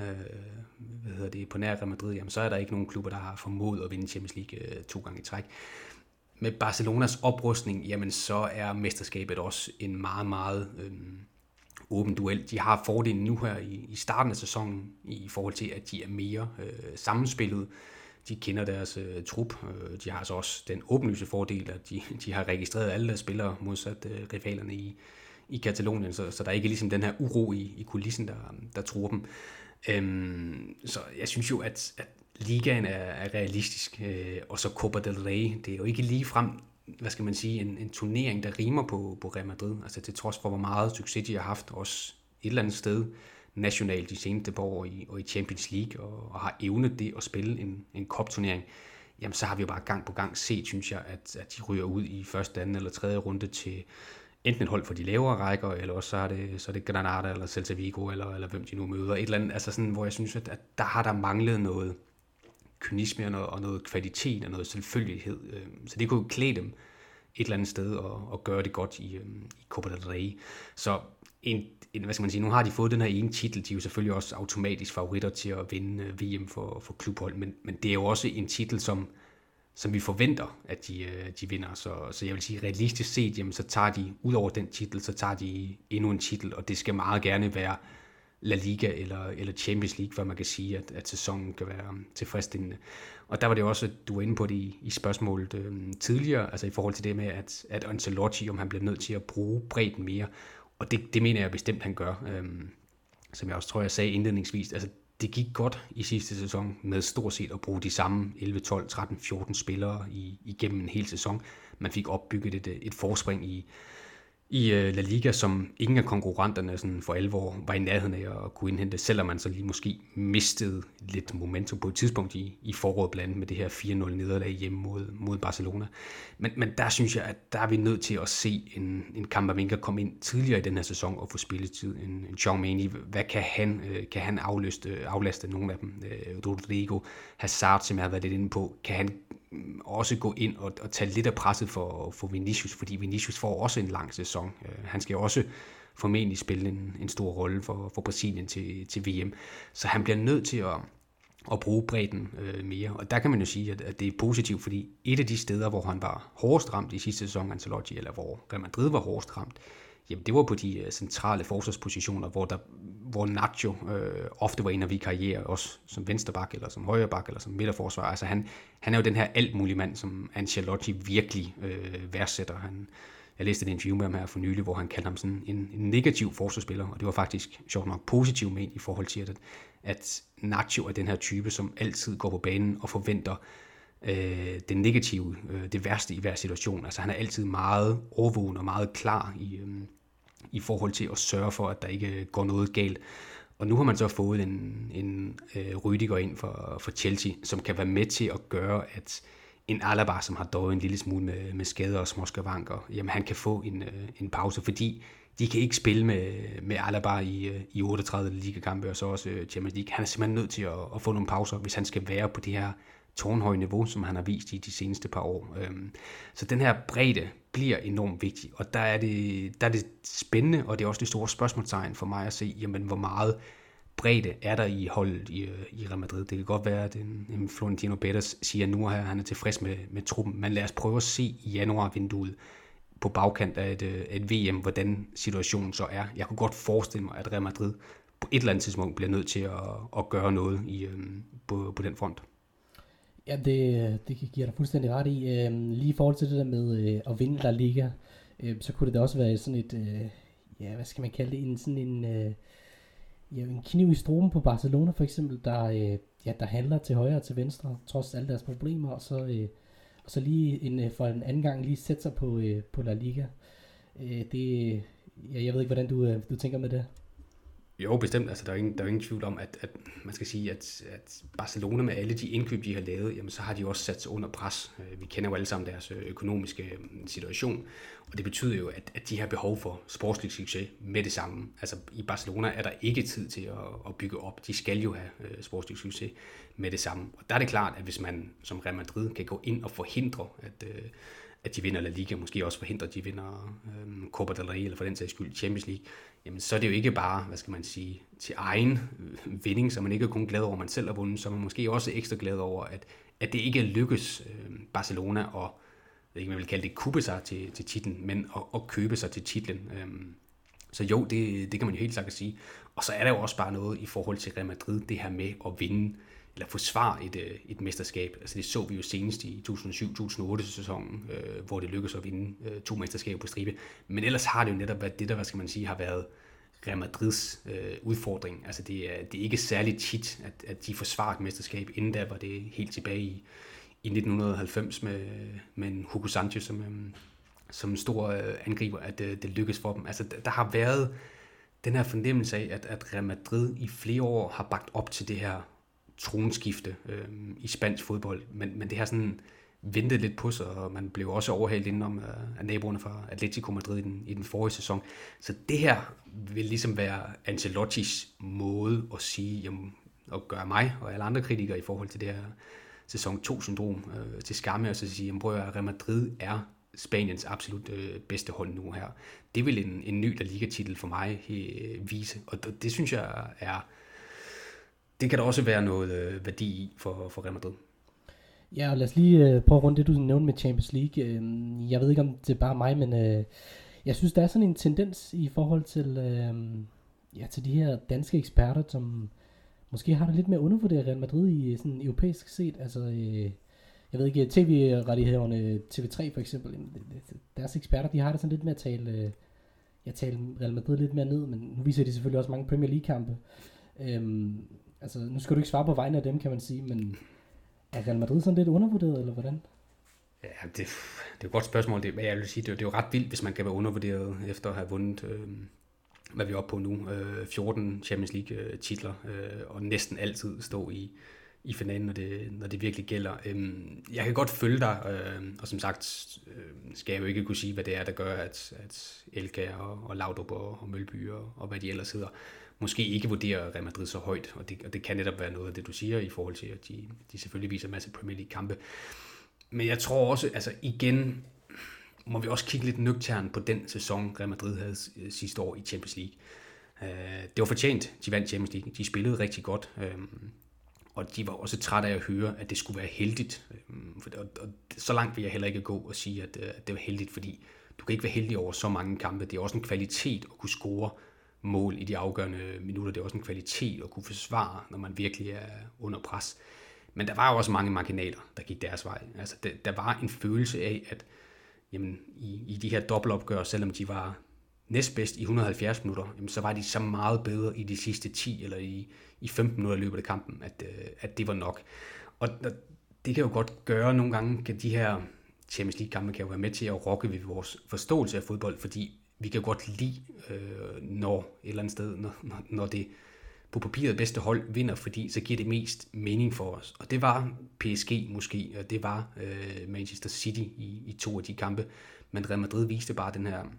Real Madrid, jamen, så er der ikke nogen klubber, der har formået at vinde Champions League 2 gange i træk. Med Barcelonas oprustning, jamen så er mesterskabet også en meget, meget åben duel. De har fordelen nu her i starten af sæsonen i forhold til, at de er mere sammenspillet. De kender deres trup. De har altså også den åbenlyse fordel, at de har registreret alle deres spillere modsat rivalerne i Katalonien, så der er ikke ligesom den her uro i kulissen, der truer dem. Så jeg synes jo, at ligaen er realistisk, og så Copa del Rey, det er jo ikke lige frem, hvad skal man sige, en turnering, der rimer på Real Madrid, altså til trods for, hvor meget succes de har haft, også et eller andet sted nationalt de seneste par år og i Champions League, og har evnet det at spille en cup-turnering, jamen så har vi jo bare gang på gang set, synes jeg, at de ryger ud i første, anden eller tredje runde til enten et hold for de lavere rækker, eller også så er det Granada eller Celta Vigo, eller hvem de nu møder. Et eller andet, altså sådan, hvor jeg synes, at der har der manglet noget kynisme og noget kvalitet og noget selvfølgelighed. Så det kunne klæde dem et eller andet sted og gøre det godt i Copa del Rey. Så hvad skal man sige, nu har de fået den her ene titel, de er jo selvfølgelig også automatisk favoritter til at vinde VM for klubhold, men det er jo også en titel, som vi forventer, at de vinder. Så jeg vil sige, realistisk set, jamen, så tager de, ud over den titel, så tager de endnu en titel, og det skal meget gerne være La Liga eller Champions League, før man kan sige, at sæsonen kan være tilfredsstillende. Og der var det også, du var inde på det i spørgsmålet tidligere, altså i forhold til det med, at Ancelotti, om han bliver nødt til at bruge bredden mere. Og det mener jeg bestemt, han gør. Som jeg også tror, jeg sagde indledningsvis, altså det gik godt i sidste sæson med stort set at bruge de samme 11, 12, 13, 14 spillere igennem en hel sæson. Man fik opbygget et forspring i La Liga, som ingen af konkurrenterne sådan for alvor var i nærheden af at kunne indhente, selvom man så lige måske mistede lidt momentum på et tidspunkt i foråret, blandt andet med det her 4-0 nederlag hjemme mod Barcelona. Men der synes jeg, at der er vi nødt til at se en Camavinga komme ind tidligere i den her sæson og få spilletid. En Tchouaméni, hvad kan han aflaste nogle af dem? Rodrigo, Hazard, som jeg har været lidt inde på, kan han også gå ind og tage lidt af presset for Vinicius, fordi Vinicius får også en lang sæson. Han skal også formentlig spille en stor rolle for Brasilien til VM, så han bliver nødt til at bruge bredden mere. Og der kan man jo sige, at det er positivt, fordi et af de steder, hvor han var hårdest ramt i sidste sæson, Ancelotti, eller hvor Real Madrid var hårdest ramt, jamen det var på de centrale forsvarspositioner, hvor Nacho ofte var en af vikarier, også som vensterbak, eller som højrebak, eller som midterforsvar. Altså han er jo den her altmulige mand, som Ancelotti virkelig værdsætter. Jeg læste et interview med ham her for nylig, hvor han kaldte ham sådan en negativ forsvarsspiller, og det var faktisk sjovt nok positivt ment i forhold til, at Nacho er den her type, som altid går på banen og forventer det negative, det værste i hver situation. Altså han er altid meget overvågen og meget klar i forhold til at sørge for, at der ikke går noget galt. Og nu har man så fået en Rüdiger ind for Chelsea, som kan være med til at gøre, at en Alaba, som har døjet en lille smule med skader og småskavanker, jamen han kan få en pause, fordi de kan ikke spille med Alaba i 38 ligakampe og så også Champions League. Han er simpelthen nødt til at få nogle pauser, hvis han skal være på det her tårnhøje niveau, som han har vist i de seneste par år. Så den her bredde bliver enormt vigtig, og der er det spændende, og det er også det store spørgsmålstegn for mig at se, jamen hvor meget bredde er der i holdet i Real Madrid. Det kan godt være, at en Florentino Pérez siger nu, at han er tilfreds med truppen, men lad os prøve at se i januarvinduet på bagkant af et VM, hvordan situationen så er. Jeg kunne godt forestille mig, at Real Madrid på et eller andet tidspunkt bliver nødt til at gøre noget på den front. Ja, det giver dig fuldstændig ret i. Lige i forhold til det der med at vinde La Liga, så kunne det da også være sådan et, hvad skal man kalde det, en kniv i struben på Barcelona for eksempel, der handler til højre og til venstre, trods alle deres problemer, og så lige for en anden gang lige sætte sig på La Liga. Jeg ved ikke, hvordan du tænker med det. Jo, bestemt. Altså, der er jo ingen tvivl om, at man skal sige, at Barcelona med alle de indkøb, de har lavet, jamen, så har de også sat sig under pres. Vi kender jo alle sammen deres økonomiske situation, og det betyder jo, at de har behov for sportslig succes med det samme. Altså, i Barcelona er der ikke tid til at bygge op. De skal jo have sportslig succes med det samme. Og der er det klart, at hvis man som Real Madrid kan gå ind og forhindre, at de vinder La Liga, måske også forhindre, at de vinder Copa del Rey, eller for den sags skyld Champions League, jamen så er det jo ikke bare, hvad skal man sige, til egen vinding, så man ikke er kun glad over, at man selv har vundet, så er man måske også ekstra glad over, at det ikke lykkes Barcelona at, jeg ved ikke, man vil kalde det, kuppe sig til titlen, men at købe sig til titlen. Så jo, det kan man jo helt sikkert sige. Og så er der jo også bare noget i forhold til Real Madrid, det her med at vinde, eller forsvare et mesterskab. Altså det så vi jo senest i 2007-2008 sæsonen, hvor det lykkedes at vinde 2 mesterskaber på stribe. Men ellers har det jo netop været det, der, hvad skal man sige, har været Real Madrids udfordring. Altså det er ikke særlig tit, at de forsvarer et mesterskab. Inden da var det helt tilbage i 1990 med en Hugo Sanchez som stor angriber, at det lykkedes for dem. Altså der har været den her fornemmelse af, at Real Madrid i flere år har bagt op til det her tronskifte i spansk fodbold, men det har sådan ventet lidt på sig, og man blev også overhældt indenom af naboerne fra Atletico Madrid i den forrige sæson. Så det her vil ligesom være Ancelottis måde at sige, jamen, at gøre mig og alle andre kritikere i forhold til det her sæson 2-syndrom til skamme, og så sige, at Real Madrid er Spaniens absolut bedste hold nu her. Det vil en ny La Liga-titel for mig vise, og det synes jeg er. Det kan der også være noget værdi i for Real Madrid. Ja, og lad os lige prøve at runde det, du nævnte med Champions League. Jeg ved ikke, om det er bare mig, men jeg synes, der er sådan en tendens i forhold til til de her danske eksperter, som måske har det lidt mere undervurderet Real Madrid i sådan europæisk set. Altså, jeg ved ikke, tv-rettighederne, TV3 for eksempel, deres eksperter, de har det sådan lidt med at tale Real Madrid lidt mere ned, men nu viser de selvfølgelig også mange Premier League-kampe. Altså, nu skal du ikke svare på vegne af dem, kan man sige, men er Real Madrid sådan lidt undervurderet, eller hvordan? Ja, det er et godt spørgsmål. Jeg vil sige, det er jo ret vildt, hvis man kan være undervurderet efter at have vundet, hvad vi er oppe på nu, 14 Champions League titler, og næsten altid stå i finalen, når det virkelig gælder. Jeg kan godt følge dig, og som sagt skal jeg jo ikke kunne sige, hvad det er, der gør, at Elka og Laudrup og Mølby og hvad de ellers hedder, måske ikke vurderer Real Madrid så højt, og det kan netop være noget af det, du siger, i forhold til, at de selvfølgelig viser en masse Premier League-kampe. Men jeg tror også, altså igen, må vi også kigge lidt nøgternt på den sæson, Real Madrid havde sidste år i Champions League. Det var fortjent, de vandt Champions League. De spillede rigtig godt, og de var også trætte af at høre, at det skulle være heldigt. Og så langt vil jeg heller ikke gå og sige, at det var heldigt, fordi du kan ikke være heldig over så mange kampe. Det er også en kvalitet at kunne score mål i de afgørende minutter. Det er også en kvalitet at kunne forsvare, når man virkelig er under pres. Men der var jo også mange marginaler, der gik deres vej. Altså, der var en følelse af, at jamen, i de her dobbeltopgør, selvom de var næstbedst i 170 minutter, jamen, så var de så meget bedre i de sidste 10 eller i 15 minutter i løbet af kampen, at det var nok. Og det kan jo godt gøre nogle gange, at de her Champions League-kampe kan jo være med til at rokke ved vores forståelse af fodbold, fordi vi kan godt lide, når et eller andet sted, når det på papiret bedste hold vinder, fordi så giver det mest mening for os. Og det var PSG måske, og det var Manchester City i 2 af de kampe. Men Real Madrid viste bare den her,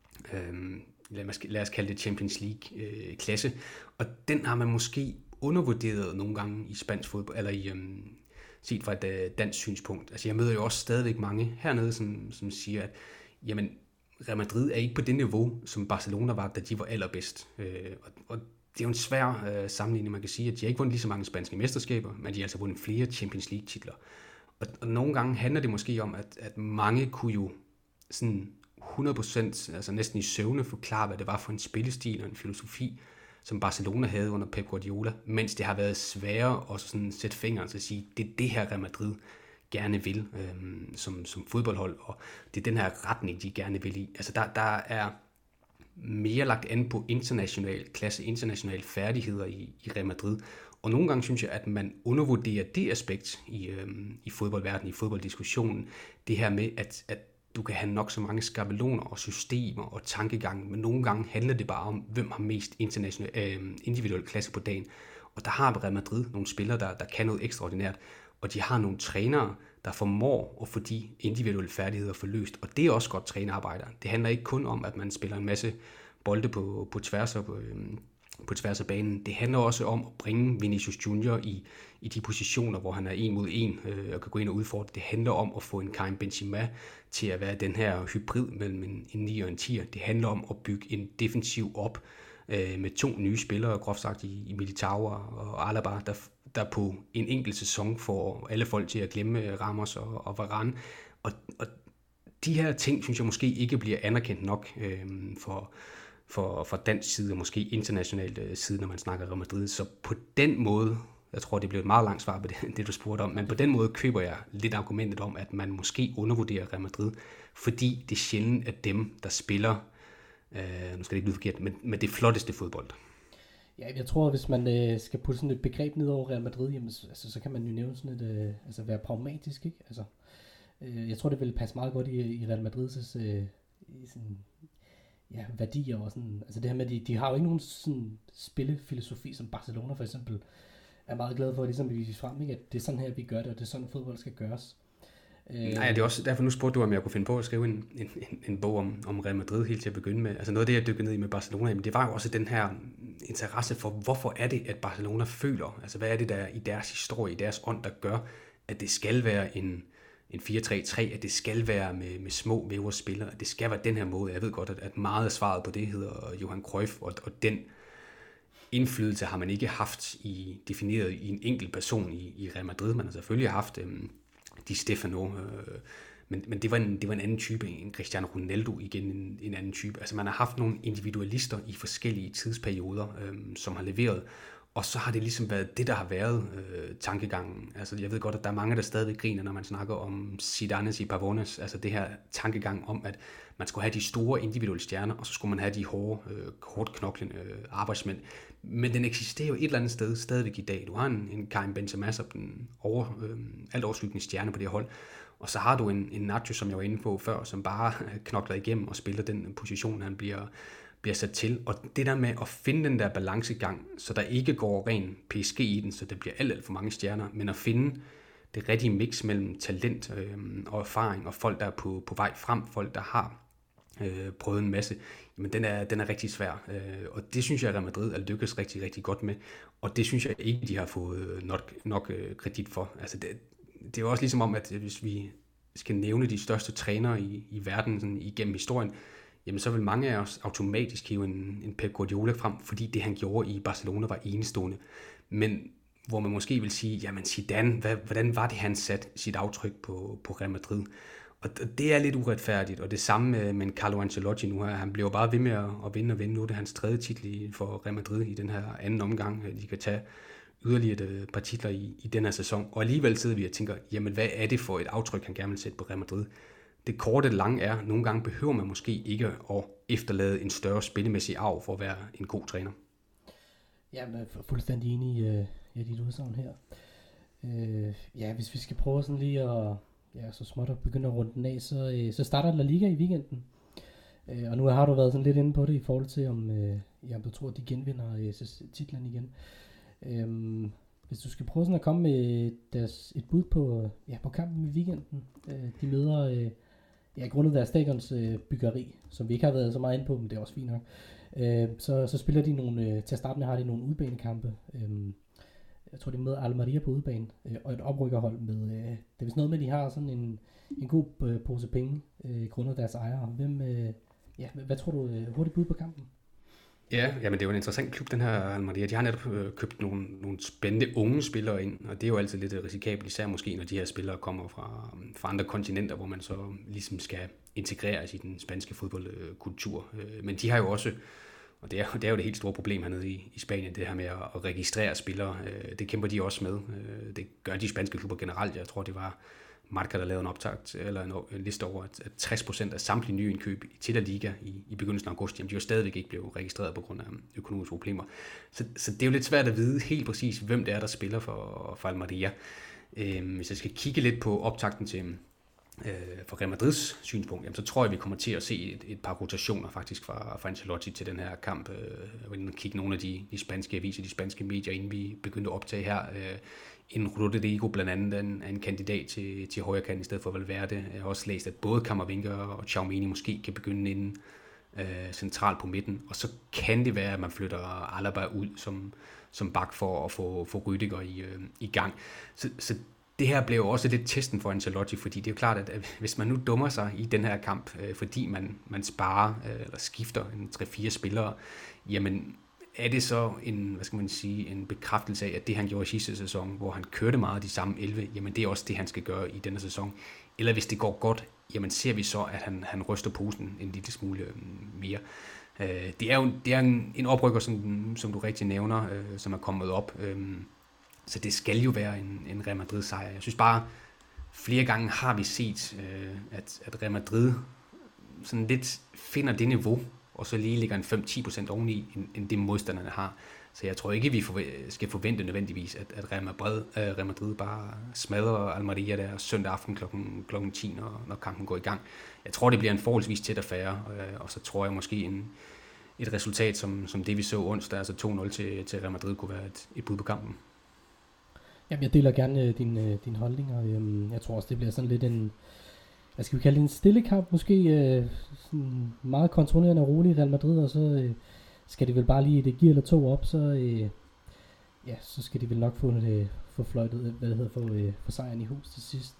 lad os kalde det Champions League-klasse. Og den har man måske undervurderet nogle gange i spansk fodbold, eller set fra et dansk synspunkt. Altså jeg møder jo også stadigvæk mange hernede, som siger, at jamen, Real Madrid er ikke på det niveau, som Barcelona var, da de var allerbedst. Og det er jo en svær sammenligning, man kan sige, at de har ikke vundet lige så mange spanske mesterskaber, men de har altså vundet flere Champions League-titler. Og nogle gange handler det måske om, at mange kunne jo sådan 100%, altså næsten i søvne, forklare, hvad det var for en spillestil og en filosofi, som Barcelona havde under Pep Guardiola, mens det har været sværere at sådan sætte fingeren til at sige, det er det her Real Madrid gerne vil som fodboldhold, og det er den her retning, de gerne vil i. Altså der er mere lagt an på international klasse, internationale færdigheder i Real Madrid. Og nogle gange synes jeg, at man undervurderer det aspekt i fodboldverdenen, i fodbolddiskussionen. Det her med, at du kan have nok så mange skabeloner og systemer og tankegange, men nogle gange handler det bare om, hvem har mest individuel klasse på dagen. Og der har Real Madrid nogle spillere, der kan noget ekstraordinært, og de har nogle trænere, der formår at få de individuelle færdigheder forløst. Og det er også godt trænerarbejde. Det handler ikke kun om, at man spiller en masse bolde på tværs af banen. Det handler også om at bringe Vinicius Junior i de positioner, hvor han er 1 mod 1 og kan gå ind og udfordre. Det handler om at få en Karim Benzema til at være den her hybrid mellem en 9 og en 10'er. Det handler om at bygge en defensiv op med 2 nye spillere, groft sagt i Militao og Alaba, der på en enkelt sæson får alle folk til at glemme Ramos og Varane. Og de her ting, synes jeg måske ikke bliver anerkendt nok for dansk side, og måske internationalt side, når man snakker Real Madrid. Så på den måde, jeg tror, det blev et meget langt svar på det, du spurgte om, men på den måde køber jeg lidt argumentet om, at man måske undervurderer Real Madrid, fordi det er sjældent, at dem, der spiller, nu skal det ikke lyde forkert, men det flotteste fodbold. Ja, jeg tror, hvis man skal putte sådan et begreb ned over Real Madrid, jamen, altså, så kan man jo nævne sådan et, altså være pragmatisk, ikke? Altså, jeg tror, det ville passe meget godt i Real Madrids sådan, ja, værdier og sådan, altså det her med, de har jo ikke nogen sådan spillefilosofi, som Barcelona for eksempel er meget glad for, at ligesom vi viser frem, ikke? At det er sådan her, vi gør det, og det er sådan, fodbold skal gøres. Nej, det er også derfor, nu spurgte du, om jeg kunne finde på at skrive en bog om Real Madrid helt til at begynde med. Altså noget af det, jeg dykkede ned i med Barcelona, men det var jo også den her interesse for, hvorfor er det, at Barcelona føler, altså hvad er det, der i deres historie, i deres ånd, der gør, at det skal være en 4-3-3, at det skal være med små vævre spillere, at det skal være den her måde. Jeg ved godt, at meget af svaret på det hedder Johan Cruyff, og den indflydelse har man ikke haft defineret i en enkelt person i Real Madrid. Man har selvfølgelig haft Di Stefano, Men det var en anden type end Cristiano Ronaldo, igen en anden type. Altså man har haft nogle individualister i forskellige tidsperioder, som har leveret, og så har det ligesom været det, der har været tankegangen. Altså jeg ved godt, at der er mange, der stadigvæk griner, når man snakker om Zidanes i Pavones, altså det her tankegang om, at man skulle have de store individuelle stjerner, og så skulle man have de hårdt knoklende arbejdsmænd. Men den eksisterer jo et eller andet sted stadigvæk i dag. Du har en Karim Benzema som den alt overskyggende stjerne på det hold, og så har du en Nacho, som jeg var inde på før, som bare knokler igennem og spiller den position, han bliver sat til. Og det der med at finde den der balancegang, så der ikke går ren PSG i den, så det bliver alt for mange stjerner, men at finde det rigtige mix mellem talent og erfaring, og folk, der er på vej frem, folk, der har prøvet en masse, jamen den er rigtig svær. Og det synes jeg, at Real Madrid er lykkes rigtig, rigtig godt med. Og det synes jeg ikke, de har fået nok kredit for. Altså det er jo også ligesom om, at hvis vi skal nævne de største trænere i verden sådan igennem historien, jamen så vil mange af os automatisk hive en Pep Guardiola frem, fordi det han gjorde i Barcelona var enestående. Men hvor man måske vil sige, jamen Zidane, hvordan var det, han satte sit aftryk på Real Madrid? Og det er lidt uretfærdigt, og det samme med Carlo Ancelotti nu her. Han bliver bare ved med at vinde og vinde. Nu er det hans 3. titel for Real Madrid i den her anden omgang. De kan tage yderligere et par titler i den her sæson. Og alligevel sidder vi og tænker, jamen hvad er det for et aftryk, han gerne vil sætte på Real Madrid? Det korte lange er, nogle gange behøver man måske ikke at efterlade en større spillemæssig arv for at være en god træner. Ja, jeg er fuldstændig enig i dit udsagn her. Ja, hvis vi skal prøve sådan lige at så småt at begynde at runde den af, så starter La Liga i weekenden. Og nu har du været sådan lidt inde på det i forhold til, om du tror, at de genvinder titlen igen. Hvis du skal prøve sådan at komme med et bud på kampen i weekenden. De møder grundet deres stadions byggeri, som vi ikke har været så meget inde på, men det er også fint nok. Så spiller de til at starte med har de nogle udbanekampe. Jeg tror, de møder Almeria på udebane, og et oprykkerhold med, det er vist noget med, at de har sådan en god pose penge, grundet deres ejere. Hvad tror du, hurtigt bud på kampen? Ja, men det er jo en interessant klub, den her Almeria. De har netop købt nogle spændende unge spillere ind, og det er jo altid lidt risikabelt, især måske, når de her spillere kommer fra andre kontinenter, hvor man så ligesom skal integreres i den spanske fodboldkultur. Men de har jo også, og det er jo det helt store problem hernede i Spanien, det her med at registrere spillere. Det kæmper de også med. Det gør de spanske klubber generelt. Jeg tror, det var Marca, der lavede en optakt, eller en liste over, at 60% af samtlige nye indkøb til La Liga i begyndelsen af august, jamen de jo stadigvæk ikke blev registreret på grund af økonomiske problemer. Så det er jo lidt svært at vide helt præcis, hvem det er, der spiller for Almeria. Hvis jeg skal kigge lidt på optakten til for Real Madrids synspunkt, jamen, så tror jeg, vi kommer til at se et par rotationer faktisk fra Ancelotti til den her kamp. Jeg vil kigge nogle af de spanske aviser, de spanske medier, inden vi begyndte at optage her. En Rodrigo blandt andet er en kandidat til højre kant i stedet for Valverde. Jeg har også læst, at både Camavinga og Tchouaméni måske kan begynde inden centralt på midten, og så kan det være, at man flytter Alaba ud som bak for at få Rüdiger i gang. Så det her blev også lidt testen for Ancelotti, fordi det er jo klart, at hvis man nu dummer sig i den her kamp, fordi man sparer eller skifter en 3-4 spillere, jamen er det så en bekræftelse af, at det han gjorde i sidste sæson, hvor han kørte meget de samme 11, jamen det er også det, han skal gøre i denne sæson. Eller hvis det går godt, jamen ser vi så, at han ryster posen en lille smule mere. Det er en oprykker, som du rigtig nævner, som er kommet op. Så det skal jo være en Real Madrid sejr. Jeg synes bare, flere gange har vi set, at Real Madrid sådan lidt finder det niveau, og så lige ligger en 5-10% oveni, end det modstanderne har. Så jeg tror ikke, vi skal forvente nødvendigvis, at Real Madrid bare smadrer Almeria der søndag aften klokken 10, når kampen går i gang. Jeg tror, det bliver en forholdsvis tæt affære, og så tror jeg måske et resultat, som det vi så onsdag, altså 2-0 til Real Madrid, kunne være et bud på kampen. Jamen, jeg deler gerne din holdning, og jeg tror også, det bliver sådan lidt hvad skal vi kalde det, en stille kamp, måske sådan meget kontrollerende og rolig Real Madrid, og så skal de vel bare lige et gear eller to op, så skal de vel nok få fløjtet, få sejren i hus til sidst.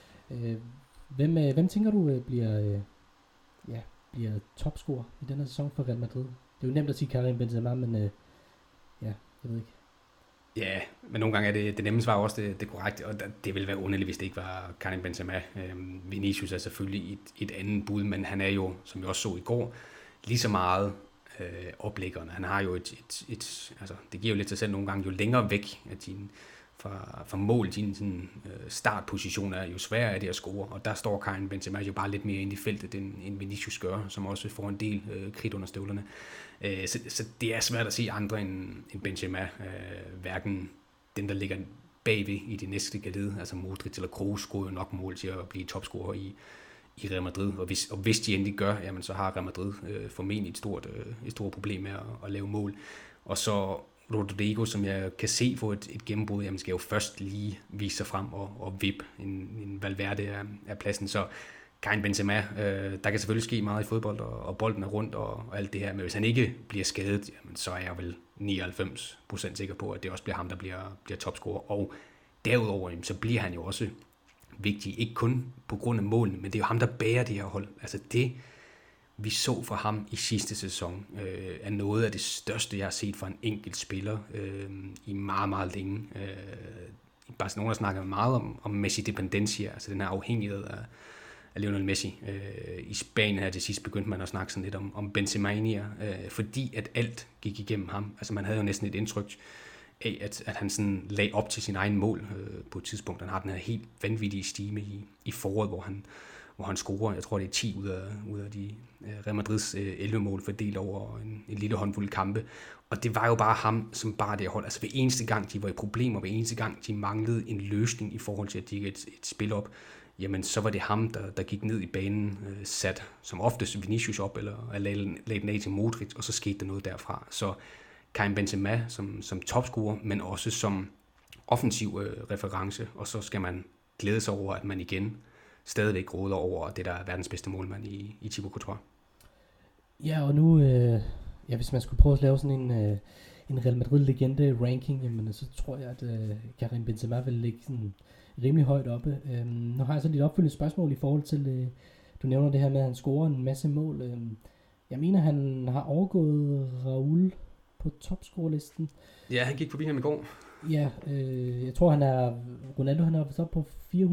Hvem tænker du bliver topscorer i denne sæson for Real Madrid? Det er jo nemt at sige Karim Benzema, men jeg ved ikke. Ja, men nogle gange er det nemme svar også det korrekte, og det ville være underligt, hvis det ikke var Karim Benzema. Vinicius er selvfølgelig et andet bud, men han er jo, som vi også så i går, lige så meget oplæggerne. Han har jo altså det giver jo lidt sig selv nogle gange, jo længere væk af fra mål, din startposition er, jo sværere er det at score, og der står Karim Benzema jo bare lidt mere ind i feltet, end Vinicius gør, som også får en del kridt under støvlerne. Så det er svært at se andre end Benzema, hverken dem, der ligger bagved i det næste galed, altså Modric eller Kroos, scorer jo nok mål til at blive topscorer i Real Madrid, og hvis de endelig gør, jamen så har Real Madrid formentlig et stort problem med at lave mål. Og så Rodrigo, som jeg kan se få et gennembrud, jamen skal jo først lige vise sig frem og vippe en Valverde af pladsen. Så Karim Benzema, der kan selvfølgelig ske meget i fodbold, og bolden er rundt og alt det her, men hvis han ikke bliver skadet, jamen, så er jeg vel 99% sikker på, at det også bliver ham, der bliver topscorer. Og derudover, jamen, så bliver han jo også vigtig, ikke kun på grund af målene, men det er jo ham, der bærer det her hold. Altså det, vi så fra ham i sidste sæson, er noget af det største, jeg har set fra en enkelt spiller i meget, meget længe. I Barcelona snakker meget om Messi-dependencia, altså den her afhængighed af Lionel Messi. I Spanien her til sidst begyndte man at snakke sådan lidt om Benzemania, fordi at alt gik igennem ham. Altså man havde jo næsten et indtryk af, at han sådan lagde op til sin egen mål på et tidspunkt. Han har den her helt vanvittige stime i foråret, hvor han scorer. Jeg tror, det er 10 ud af de Real Madrids 11 mål fordelt over en lille håndfuld kampe. Og det var jo bare ham, som bare det hold. Altså hver eneste gang, de var i problemer, hver eneste gang, de manglede en løsning i forhold til, at de gik et spil op, jamen så var det ham, der gik ned i banen, sat som oftest Vinicius op, eller lagde den af til Modric, og så skete der noget derfra. Så Karim Benzema som topscorer, men også som offensiv reference, og så skal man glæde sig over, at man igen stadigvæk råder over det, der er verdens bedste målmand i Thibaut Courtois. Ja, og nu, hvis man skulle prøve at lave sådan en Real Madrid-legende ranking, jamen, så tror jeg, at Karim Benzema vil ligge sådan rimelig højt oppe. Nu har jeg så lidt opfølgende spørgsmål i forhold til, du nævner det her med, at han scorer en masse mål. Jeg mener, han har overgået Raúl på topscorelisten. Ja, han gik forbi ham i går. Ja, jeg tror Ronaldo han er oppe på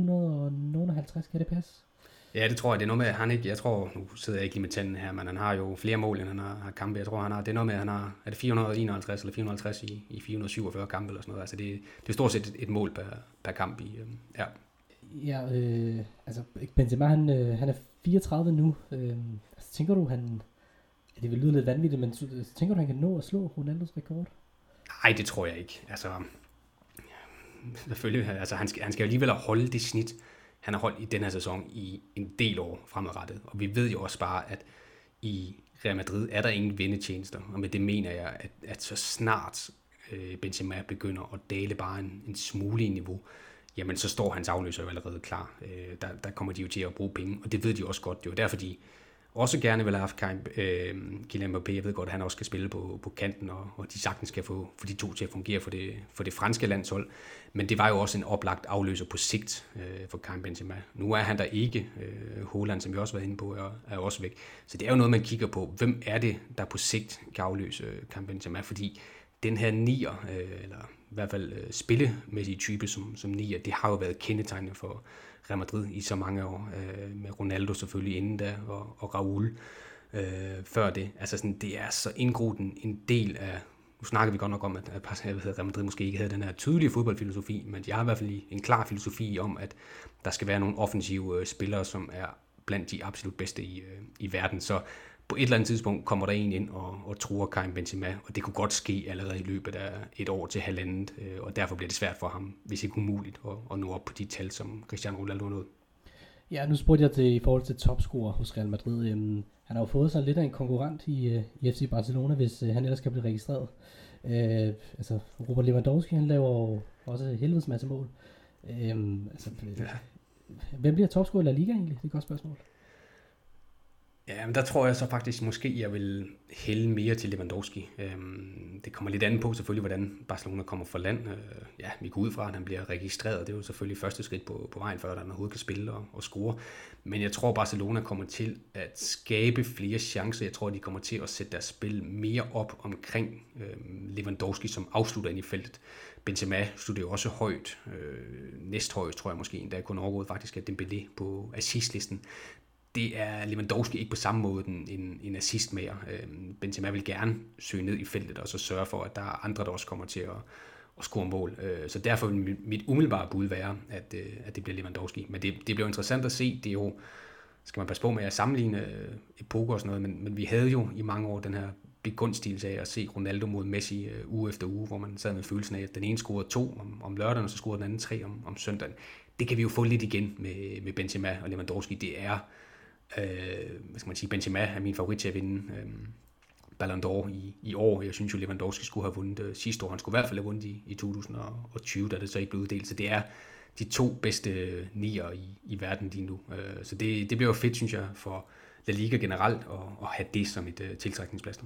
450, kan det passe? Ja, det tror jeg. Det er noget med, at han ikke, jeg tror, nu sidder jeg ikke lige med tanden her, men han har jo flere mål, end han har kampe. Jeg tror, det er noget med, at han har, er det 451 eller 450 i 447 kampe eller sådan noget. Altså det er stort set et mål per kamp i, ja. Ja, altså Benzema, han er 34 nu. Altså, tænker du, det vil lyde lidt vanvittigt, men tænker du, han kan nå at slå Ronaldos rekord? Nej, det tror jeg ikke. Altså, selvfølgelig, altså han skal jo alligevel holde det snit, han har holdt i den her sæson i en del år fremadrettet. Og vi ved jo også bare, at i Real Madrid er der ingen vindetjenester. Og med det mener jeg, at så snart Benzema begynder at dale bare en smule i niveau, jamen så står hans afløser jo allerede klar. Der kommer de jo til at bruge penge, og det ved de også godt. Det er jo derfor, de også gerne vil have haft Kylian Mbappé. Jeg ved godt, at han også skal spille på kanten, og de sagtens skal få de to til at fungere for det franske landshold. Men det var jo også en oplagt afløser på sigt for Karim Benzema. Nu er han der ikke. Haaland, som vi også har været inde på, er også væk. Så det er jo noget, man kigger på. Hvem er det, der på sigt kan afløse Karim Benzema? Fordi den her nier, eller i hvert fald spillemæssige type som nier, det har jo været kendetegnende for Real Madrid i så mange år, med Ronaldo selvfølgelig inden da, og Raúl før det. Altså sådan, det er så indgroet en del af, nu snakker vi godt nok om, at Real Madrid måske ikke havde den her tydelige fodboldfilosofi, men de har i hvert fald en klar filosofi om, at der skal være nogle offensive spillere, som er blandt de absolut bedste i verden. Så på et eller andet tidspunkt kommer der en ind og truer Karim Benzema, og det kunne godt ske allerede i løbet af et år til halvandet, og derfor bliver det svært for ham, hvis ikke umuligt, at nå op på de tal, som Cristiano Ronaldo nåede. Ja, nu spurgte jeg i forhold til topscorer hos Real Madrid. Han har jo fået sig lidt af en konkurrent i FC Barcelona, hvis han ellers kan blive registreret. Altså Robert Lewandowski, han laver jo også helvedes masse mål. Hvem bliver topscorer i La Liga egentlig? Det er et godt spørgsmål. Ja, men der tror jeg så faktisk måske, jeg vil hælde mere til Lewandowski. Det kommer lidt an på selvfølgelig, hvordan Barcelona kommer for land. Ja, vi går ud fra, at han bliver registreret. Det er jo selvfølgelig første skridt på vejen, før han overhovedet kan spille og score. Men jeg tror, Barcelona kommer til at skabe flere chancer. Jeg tror, de kommer til at sætte deres spil mere op omkring Lewandowski, som afslutter ind i feltet. Benzema stod jo også højt, næsthøjst tror jeg måske endda kun overgået faktisk af Dembélé på assistlisten. Det er Lewandowski ikke på samme måde en assist mere. Benzema vil gerne søge ned i feltet og så sørge for, at der er andre, der også kommer til at score mål. Så derfor vil mit umiddelbare bud være, at det bliver Lewandowski. Men det bliver interessant at se. Det er jo, skal man passe på med at sammenligne epoker og sådan noget, men vi havde jo i mange år den her begunstigelse af at se Ronaldo mod Messi uge efter uge, hvor man sad med følelsen af, at den ene scorede 2 om lørdagen, og så scorede den anden 3 om søndagen. Det kan vi jo få lidt igen med Benzema og Lewandowski. Det er, hvad skal man sige, Benzema er min favorit til at vinde Ballon d'Or i år. Jeg synes jo, Lewandowski skulle have vundet sidste år. Han skulle i hvert fald have vundet i 2020, da det så ikke blev uddelt. Så det er de 2 bedste nier i verden lige nu. Så det bliver jo fedt, synes jeg, for La Liga generelt at have det som et tiltrækningsplaster.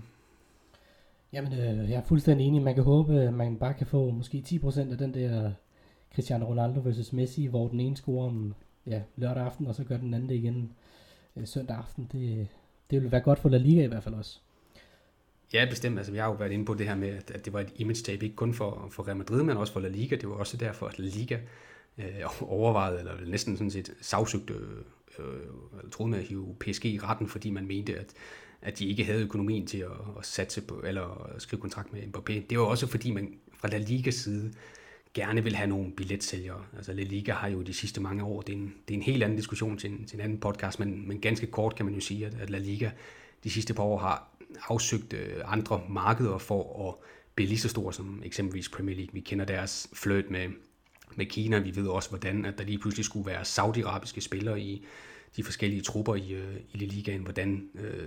Jamen, jeg er fuldstændig enig. Man kan håbe, at man bare kan få måske 10% af den der Cristiano Ronaldo versus Messi, hvor den ene scorer om lørdag aften, og så gør den anden det igen søndag aften. Det vil være godt for La Liga i hvert fald også. Ja, bestemt. Altså, vi har jo været inde på det her med, at det var et image-tab, ikke kun for Real Madrid, men også for La Liga. Det var også derfor, at La Liga overvejede, eller næsten sådan set sagsøgte, eller troede med at hive PSG i retten, fordi man mente, at de ikke havde økonomien til at satse på, eller at skrive kontrakt med Mbappé. Det var også fordi, man fra La Ligas side gerne vil have nogle billetsælgere. Altså La Liga har jo de sidste mange år, det er en helt anden diskussion til en anden podcast, men ganske kort kan man jo sige, at La Liga de sidste par år har afsøgt andre markeder for at blive lige så store som eksempelvis Premier League. Vi kender deres flirt med Kina. Vi ved også, hvordan at der lige pludselig skulle være saudiarabiske spillere i de forskellige trupper i La Ligaen, hvordan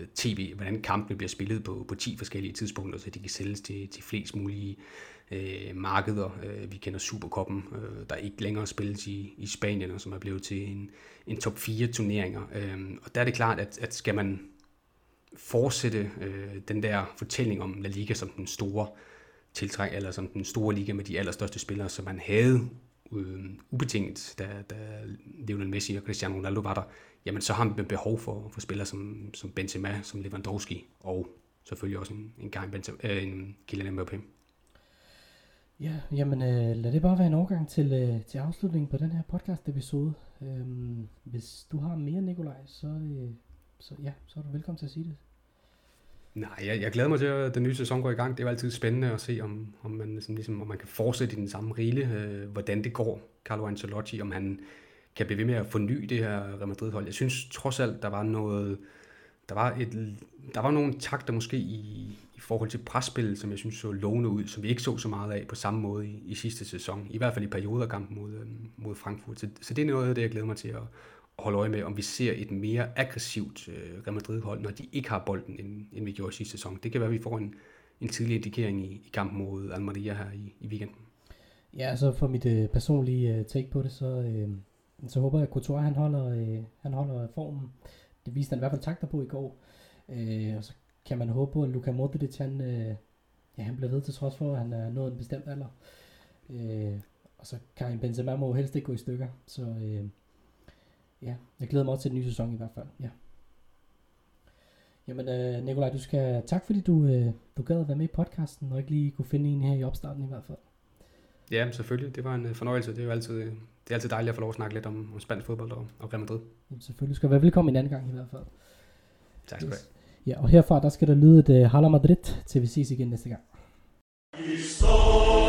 kampene bliver spillet på 10 forskellige tidspunkter, så de kan sælges til flest mulige markeder. Vi kender Supercuppen, der ikke længere spilles i Spanien, og som er blevet til en top 4 turneringer. Og der er det klart, at skal man fortsætte den der fortælling om La Liga som den store tiltræk, eller som den store liga med de allerstørste spillere, som man havde ubetinget, da Lionel Messi og Cristiano Ronaldo var der, jamen så har man behov for spillere som Benzema, som Lewandowski, og selvfølgelig også en Kylian Mbappé. Ja, jamen lad det bare være en overgang til afslutningen på den her podcast-episode. Hvis du har mere, Nikolaj, så er du velkommen til at sige det. Nej, jeg glæder mig til, at den nye sæson går i gang. Det er jo altid spændende at se, om man ligesom, om man kan fortsætte i den samme rille, hvordan det går, Carlo Ancelotti, om han kan blive ved med at forny det her Real Madrid-hold. Jeg synes trods alt, der var nogle takter måske i forhold til presspil, som jeg synes så lovende ud, som vi ikke så meget af på samme måde i sidste sæson. I hvert fald i perioderkampen mod Frankfurt. Så det er noget af det, jeg glæder mig til at holde øje med, om vi ser et mere aggressivt Real Madrid-hold, når de ikke har bolden, end vi gjorde i sidste sæson. Det kan være, at vi får en tidlig indikering i kampen mod Almeria her i weekenden. Ja, altså for mit personlige take på det, så håber jeg, at Courtois han holder formen. Det viste han i hvert fald takter på i går. Og så kan man håbe på, at Luka Modric han bliver ved til trods for, at han er nået en bestemt alder. Og så kan Benzema må helst ikke gå i stykker. Så jeg glæder mig også til den nye sæson i hvert fald. Ja. Jamen Nikolaj, du skal tak, fordi du gad at være med i podcasten, og ikke lige kunne finde en her i opstarten i hvert fald. Ja, selvfølgelig. Det var en fornøjelse. Det er altid dejligt at få lov at snakke lidt om spansk fodbold og Real Madrid. Jamen, selvfølgelig skal du være velkommen en anden gang i hvert fald. Tak skal du have. Ja, og herfra der skal der lyde et Hala Madrid, til vi ses igen næste gang.